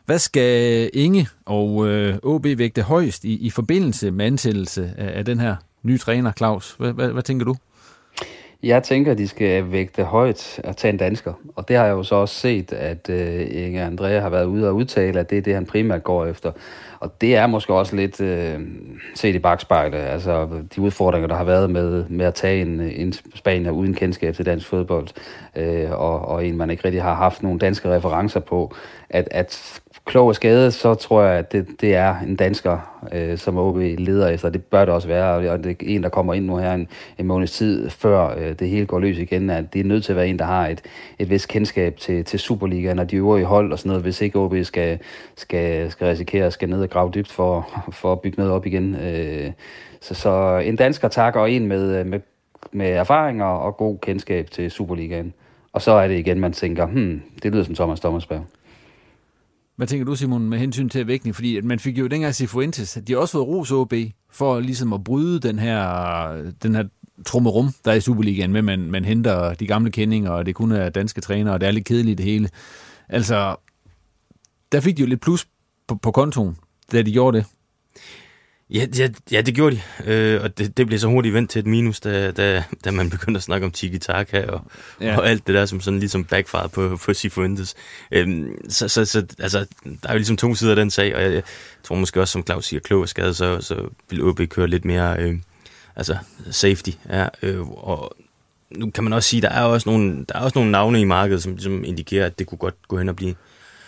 Hvad skal Inge og OB vægte højst i forbindelse med ansættelse af den her nye træner, Claus? Hvad tænker du? Jeg tænker, at de skal vægte højt at tage en dansker. Og det har jeg jo så også set, at Inge Andrea har været ude og udtale, at det er det, han primært går efter. Og det er måske også lidt set i bakspejlet. Altså de udfordringer, der har været med at tage en spanier uden kendskab til dansk fodbold, og en, man ikke rigtig har haft nogle danske referencer på, at klog og skade, så tror jeg, at det er en dansker, som OB leder efter. Det bør det også være, og det er en, der kommer ind nu her en måneds tid, før det hele går løs igen, at det er nødt til at være en, der har et vist kendskab til Superligaen og de øvrige hold og sådan noget, hvis ikke OB skal risikere at skal ned og grave dybt for at bygge noget op igen. Så en dansker tak, og en med erfaringer og god kendskab til Superligaen. Og så er det igen, man tænker, det lyder som Thomas Dommersberg. Hvad tænker du, Simon, med hensyn til vægtning? Fordi at man fik jo dengang Cifuentes, de har også fået ros OB for ligesom at bryde den her trummerum, der er i Superligaen, med man henter de gamle kendinger, og det kun er danske trænere, og det er lidt kedeligt det hele. Altså, der fik de jo lidt plus på kontoen, da de gjorde det. Ja, det gjorde de, og det blev så hurtigt vendt til et minus, da man begyndte at snakke om tiki-taka og alt det der, som sådan ligesom backfired på Cifuentes. Så altså, der er jo ligesom to sider af den sag, og jeg tror måske også, som Claus siger, klog og skade, så vil OB køre lidt mere safety. Ja, og nu kan man også sige, der er også nogle navne i markedet, som ligesom indikerer, at det kunne godt gå hen og blive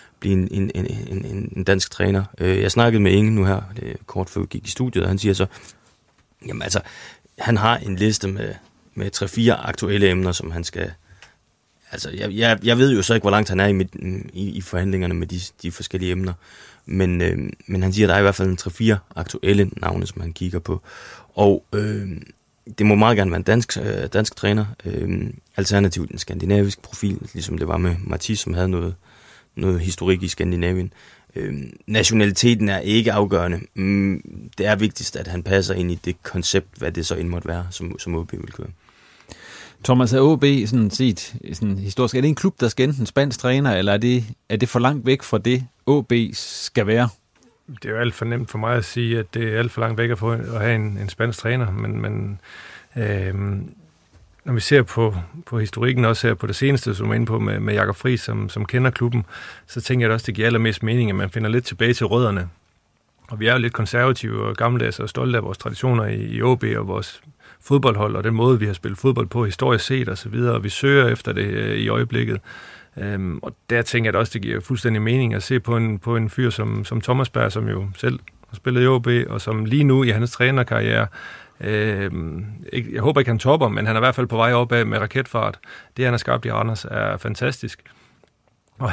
en dansk træner. Jeg snakkede med Inge nu her, kort før vi gik i studiet, og han siger så, jamen altså, han har en liste med 3-4 aktuelle emner, som han skal... Altså, jeg ved jo så ikke, hvor langt han er i forhandlingerne med de forskellige emner, men han siger, at der er i hvert fald en 3-4 aktuelle navne, som han kigger på. Og det må meget gerne være en dansk træner, alternativt en skandinavisk profil, ligesom det var med Mathies, som havde noget historik i Skandinavien. Nationaliteten er ikke afgørende. Det er vigtigst, at han passer ind i det koncept, hvad det så end måtte være, som OB vil køre. Thomas, er OB sådan set sådan historisk, er det en klub, der skal enten en spansk træner, eller er det for langt væk fra det, OB skal være? Det er jo alt for nemt for mig at sige, at det er alt for langt væk at have en spansk træner, men når vi ser på historikken, også her på det seneste, som er inde på med Jakob Friis, som kender klubben, så tænker jeg også, det giver allermest mening, at man finder lidt tilbage til rødderne. Og vi er jo lidt konservative og gammeldags og stolte af vores traditioner i OB og vores fodboldhold, og den måde, vi har spillet fodbold på historisk set og så videre, og vi søger efter det i øjeblikket. Og der tænker jeg også, det giver fuldstændig mening at se på en fyr som Thomas Berg, som jo selv har spillet i OB, og som lige nu i hans trænerkarriere, jeg håber ikke han topper, men han er i hvert fald på vej opad med raketfart. Det han har skabt i Randers er fantastisk. Og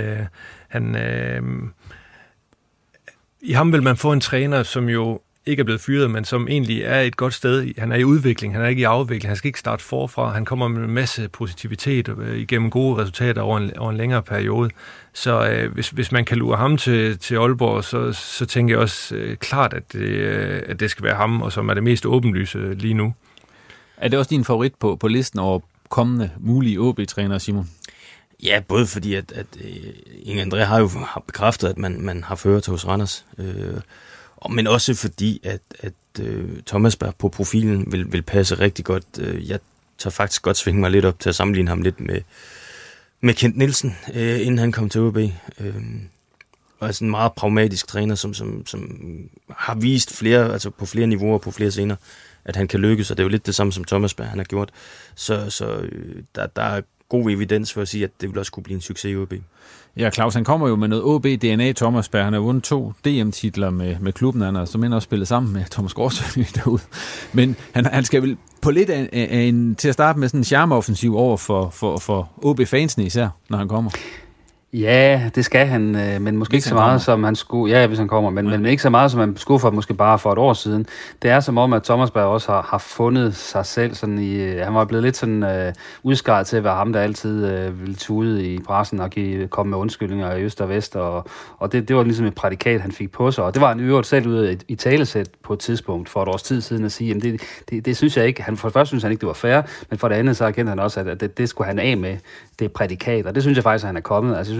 i ham vil man få en træner, som jo ikke er blevet fyret, men som egentlig er et godt sted. Han er i udvikling, han er ikke i afvikling, han skal ikke starte forfra. Han kommer med en masse positivitet igennem gode resultater over en længere periode. Så hvis man kan lure ham til Aalborg, så tænker jeg også klart, at det skal være ham, og som er det mest åbenlyse lige nu. Er det også din favorit på listen over kommende mulige OB-trænere, Simon? Ja, både fordi, at Inge André har jo bekræftet, at man har ført hos Randers, men også fordi, at Thomas Berg på profilen vil passe rigtig godt. Jeg tager faktisk godt svinge mig lidt op til at sammenligne ham lidt med Kent Nielsen, inden han kom til OB. Og altså en meget pragmatisk træner, som har vist på flere niveauer, på flere scener, at han kan lykkes, og det er jo lidt det samme, som Thomas Berg han har gjort. Så der er god evidens for at sige, at det vil også kunne blive en succes i OB. Ja, Claus, han kommer jo med noget OB-DNA, Thomas Berg. Han har vundet 2 DM-titler med klubben, han har som også spillet sammen med Thomas Gårdsø derude. Men han skal vel på lidt af en, til at starte med sådan en charmeoffensiv over for OB-fansene især, når han kommer. Ja, det skal han, men måske ikke så meget, som han skulle... Ja, hvis han kommer, men ikke så meget, som han skulle for måske bare for et år siden. Det er som om, at Thomas Berg også har fundet sig selv sådan i... Han var blevet lidt sådan udskrevet til at være ham, der altid ville tude i pressen og komme med undskyldninger i øst og vest, og det var ligesom et prædikat, han fik på sig, og det var han øvrigt selv ude i talesæt på et tidspunkt for et års tid siden at sige, jamen det synes jeg ikke... For det første synes han ikke, det var fair, men for det andet så erkendte han også, at det skulle han af med, det prædikat, og det synes jeg faktisk, at han er kommet. Altså,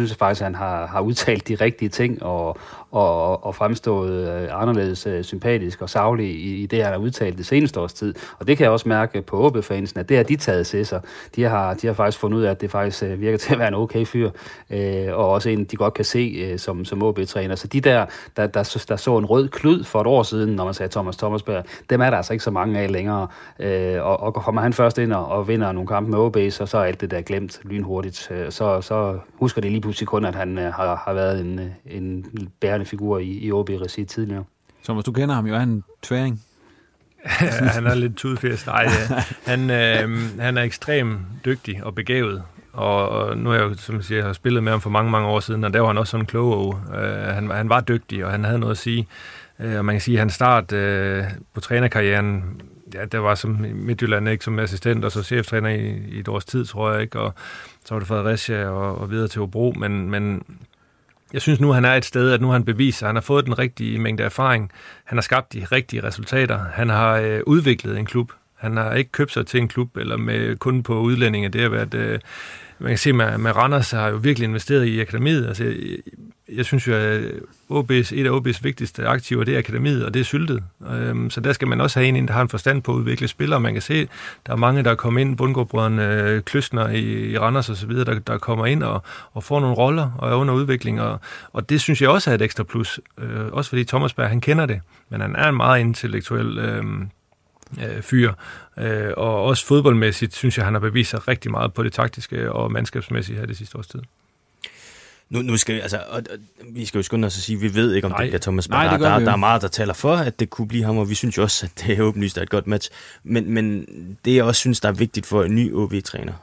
synes jeg faktisk, at han har udtalt de rigtige ting og fremstået anderledes sympatisk og saglig i det, han har udtalt det seneste års tid. Og det kan jeg også mærke på OB-fansen, at det har de taget til sig. De har faktisk fundet ud af, at det faktisk virker til at være en okay fyr, og også en, de godt kan se som OB-træner. Så de der så en rød klud for et år siden, når man sagde Thomas Thomasberg, dem er der altså ikke så mange af længere. Og kommer han først ind og vinder nogle kampe med OB, så er alt det der glemt lynhurtigt. Så husker det lige pludselig kun, at han har været en bærende figur i OB-regi tidligere. Thomas, du kender ham jo, er han tværing? Han er lidt tudfæst. Nej, han er ekstremt dygtig og begavet. Og nu er jeg jo, som jeg siger, har spillet med ham for mange, mange år siden, og der var han også sådan klog. Han var dygtig, og han havde noget at sige. Og man kan sige, at han startede på trænerkarrieren, ja, der var som i Midtjylland, ikke, som assistent og så cheftræner i et års tid, tror jeg, ikke, og så var det Fredericia og videre til Hobro, men jeg synes nu, han er et sted, at nu han beviser, han har fået den rigtige mængde erfaring, han har skabt de rigtige resultater, han har udviklet en klub, han har ikke købt sig til en klub, eller med kun på udlændinge, det har været, man kan se med Randers har jo virkelig investeret i akademiet, altså jeg synes jo, at et af OB's vigtigste aktiver, det er akademiet, og det er syltet. Så der skal man også have en, der har en forstand på at udvikle spillere. Man kan se, der er mange, der er kommet ind, Bundgaard-brødrene, Kløsner i Randers og så videre, der kommer ind og får nogle roller og er under udvikling. Og det synes jeg også er et ekstra plus. Også fordi Thomasberg, han kender det, men han er en meget intellektuel fyr. Og også fodboldmæssigt, synes jeg, han har bevist sig rigtig meget på det taktiske og mandskabsmæssige her det sidste års tid. Nu skal vi, vi skal jo skynde os at sige, at vi ved ikke, om det bliver Thomas Berg. Der er meget, der taler for, at det kunne blive ham, og vi synes jo også, at det er åbenlyst et godt match. Men det, jeg også synes, der er vigtigt for en ny OB-træner,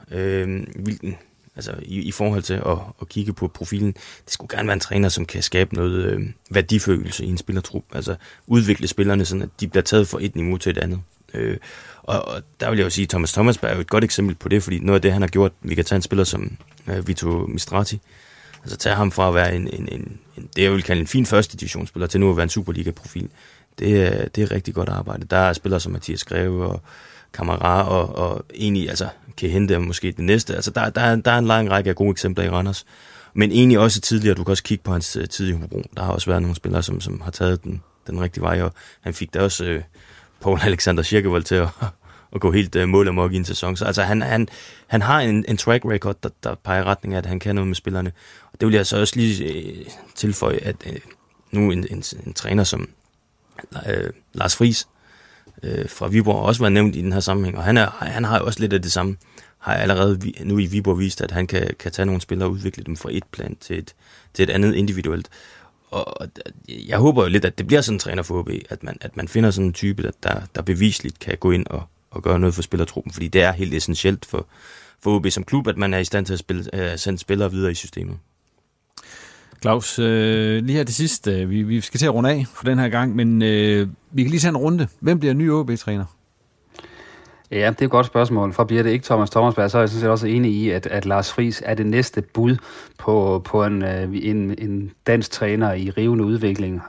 i forhold til at kigge på profilen, det skulle gerne være en træner, som kan skabe noget værdifølelse i en spillertrup. Altså udvikle spillerne, sådan at de bliver taget fra et niveau til et andet. Og der vil jeg jo sige, at Thomas Thomasberg er jo et godt eksempel på det, fordi noget af det, han har gjort, vi kan tage en spiller som Vito Mistrati, altså tage ham fra at være det jeg vil kalde en fin første divisionsspiller, til nu at være en Superliga-profil. Det er rigtig godt arbejde. Der er spillere som Mathias Greve og Kamara og egentlig kan hente måske det næste. Altså der er en lang række af gode eksempler i Randers. Men egentlig også tidligere, du kan også kigge på hans tid i Hobro. Der har også været nogle spillere, som har taget den rigtige vej, og han fik da også Paul Alexander Schirkevold til at gå helt mål og mok i en sæson. Så altså han har en track record, der peger retning af, at han kan noget med spillerne. Og det vil jeg så også lige tilføje, at nu en træner som Lars Friis fra Viborg har også været nævnt i den her sammenhæng, og han har jo også lidt af det samme. Har allerede nu i Viborg vist, at han kan tage nogle spillere og udvikle dem fra et plan til et andet individuelt. Og jeg håber jo lidt, at det bliver sådan en træner for OB, at man finder sådan en type, der bevisligt kan gå ind og gøre noget for spillertruppen, fordi det er helt essentielt for OB som klub, at man er i stand til at sende spillere videre i systemet. Claus, lige her til sidst, vi skal til at runde af for den her gang, men vi kan lige tage en runde. Hvem bliver ny OB-træner? Ja, det er et godt spørgsmål. For bliver det ikke Thomas Thomasberg, så er jeg sådan set også enig i, at Lars Friis er det næste bud på en dansk træner i rivende udvikling.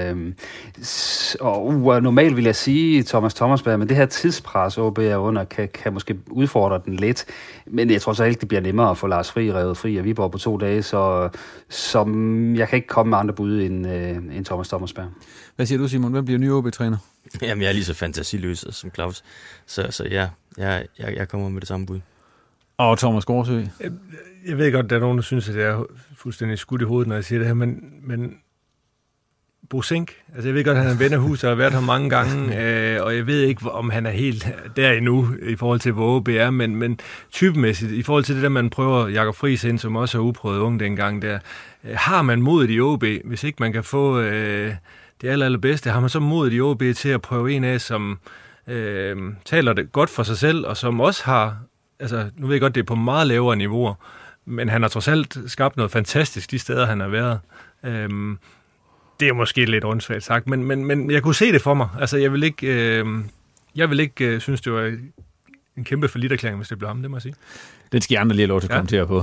Og normalt vil jeg sige Thomas Thomasberg, men det her tidspres, OB er under, kan måske udfordre den lidt. Men jeg tror så ikke, det bliver nemmere at få Lars Friis revet fri af Viborg på 2 dage, så jeg kan ikke komme med andre bud end Thomas Thomasberg. Hvad siger du, Simon? Hvem bliver ny OB-træner? Jamen, jeg er lige så fantasiløs som Claus. Så ja, jeg kommer med det samme bud. Og Thomas Gårdsø? Jeg ved godt, der er nogen, der synes, at det er fuldstændig skudt i hovedet, når jeg siger det her, men Bo Sink, altså jeg ved godt, at han er en ven af huset og har været her mange gange, og jeg ved ikke, om han er helt der endnu i forhold til, hvor OB er, men typemæssigt, i forhold til det der, man prøver Jakob Friis ind, som også har uprøvet unge dengang der, har man modet i OB, hvis ikke man kan få det allerbedste, har man så modet i OB til at prøve en af, som taler det godt for sig selv, og som også har, altså nu ved jeg godt, det er på meget lavere niveauer, men han har trods alt skabt noget fantastisk de steder, han har været. Det er måske lidt åndssvagt sagt, men jeg kunne se det for mig. Altså jeg vil ikke synes, det var en kæmpe forlitterklæring, hvis det blev ham, det må jeg sige. Den skal I andre lige have lov til at kommentere på.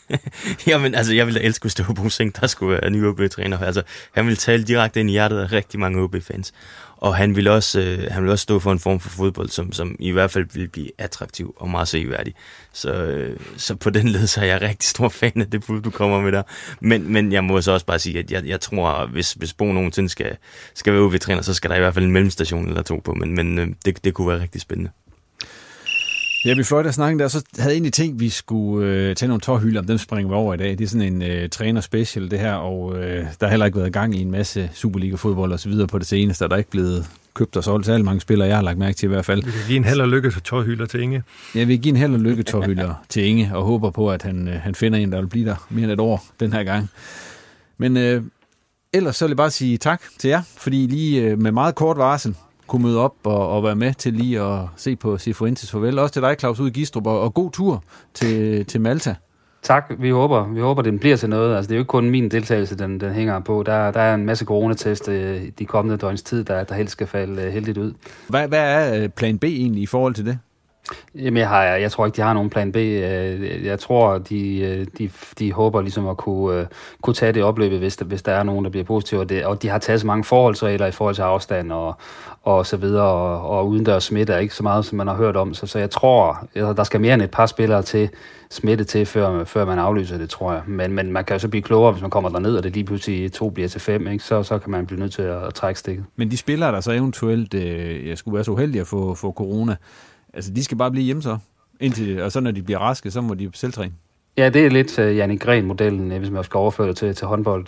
Jamen, altså, jeg ville da elske, hvis det var Bo Sink, der skulle være ny OB-træner. Altså, han ville tale direkte ind i hjertet af rigtig mange OB-fans. Og han ville også stå for en form for fodbold, som i hvert fald ville blive attraktiv og meget seværdig. Så på den led, så er jeg rigtig stor fan af det bud, du kommer med der. Men jeg må så også bare sige, at jeg tror, hvis Bo nogensinde skal være OB-træner, så skal der i hvert fald en mellemstation eller to på. Men det kunne være rigtig spændende. Ja, vi fløjte af snakken der, så havde jeg egentlig tænkt, vi skulle tage nogle tårhylder, dem springer vi over i dag. Det er sådan en træner-special, det her, og der har heller ikke været gang i en masse Superliga-fodbold og så videre på det seneste, og der er ikke blevet købt og solgt særlig mange spillere, jeg har lagt mærke til i hvert fald. Vi kan give en held og lykke til tårhylder til Inge. Ja, vi kan give en held og lykke tårhylder til Inge, og håber på, at han finder en, der vil blive der mere end et år den her gang. Men ellers så vil jeg bare sige tak til jer, fordi lige med meget kort varsel, kunne møde op og være med til lige at se på Cifuentes farvel. Også til dig, Claus, ude i Gistrup, og god tur til Malta. Tak. Vi håber, den bliver til noget. Altså, det er jo ikke kun min deltagelse, den hænger på. Der er en masse coronatest de kommende døgns tid, der helst skal falde heldigt ud. Hvad er plan B egentlig i forhold til det? Jamen, jeg tror ikke, de har nogen plan B. Jeg tror, de håber ligesom at kunne tage det opløbet, hvis der er nogen, der bliver positive. Og de har taget så mange forholdsregler i forhold til afstand og så videre, og udendørs smitte er ikke så meget, som man har hørt om. Så jeg tror, der skal mere end et par spillere til smitte til, før man aflyser det, tror jeg. Men man kan jo så blive klogere, hvis man kommer derned, og det lige pludselig 2 bliver til 5, ikke? Så kan man blive nødt til at trække stikket. Men de spillere, der så eventuelt skulle være så uheldige at få corona, altså, de skal bare blive hjemme så, og så når de bliver raske, så må de selvtræne. Ja, det er lidt Jannik Gren-modellen, hvis man skal overføre det til håndbold.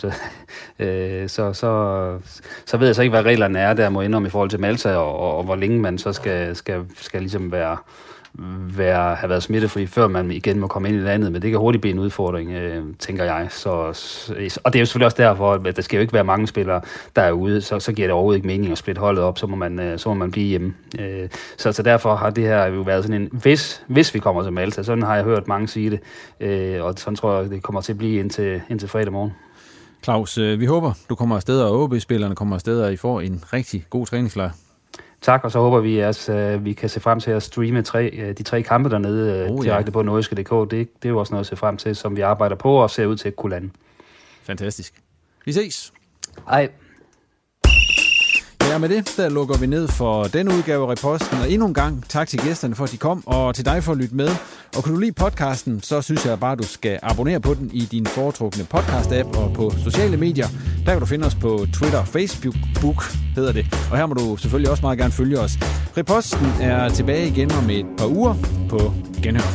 Så ved jeg så ikke, hvad reglerne er, der må indom i forhold til Malta, og hvor længe man så skal ligesom have været smittefri, før man igen må komme ind i landet, men det kan hurtigt blive en udfordring, tænker jeg. Og det er jo selvfølgelig også derfor, at der skal jo ikke være mange spillere, der er ude, så giver det overhovedet ikke mening at splitte holdet op, så må man blive hjemme. Så derfor har det her jo været sådan en, hvis vi kommer til Malta, sådan har jeg hørt mange sige det, og sådan tror jeg, det kommer til at blive indtil fredag morgen. Claus, vi håber, du kommer afsted, og OB-spillerne kommer afsted, og I får en rigtig god træningslejr. Tak, og så håber vi, at vi kan se frem til at streame de 3 kampe dernede direkte på nordjyske.dk. Det er jo også noget at se frem til, som vi arbejder på og ser ud til at kunne lande. Fantastisk. Vi ses. Hej. Ja, med det, der lukker vi ned for denne udgave af Reposten, og endnu en gang tak til gæsterne for, at de kom, og til dig for at lytte med. Og kan du lide podcasten, så synes jeg bare, du skal abonnere på den i din foretrukne podcast-app og på sociale medier. Der kan du finde os på Twitter og Facebook, hedder det. Og her må du selvfølgelig også meget gerne følge os. Reposten er tilbage igen om et par uger på Genhør.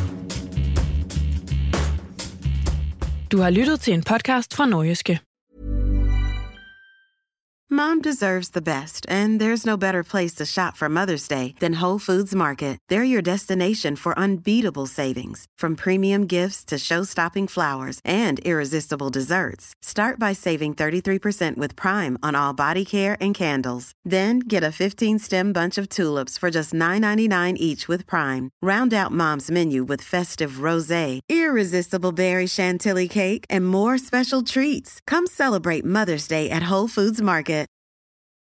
Du har lyttet til en podcast fra Nordjyske. Mom deserves the best, and there's no better place to shop for Mother's Day than Whole Foods Market. They're your destination for unbeatable savings, from premium gifts to show-stopping flowers and irresistible desserts. Start by saving 33% with Prime on all body care and candles. Then get a 15-stem bunch of tulips for just $9.99 each with Prime. Round out Mom's menu with festive rosé, irresistible berry chantilly cake, and more special treats. Come celebrate Mother's Day at Whole Foods Market.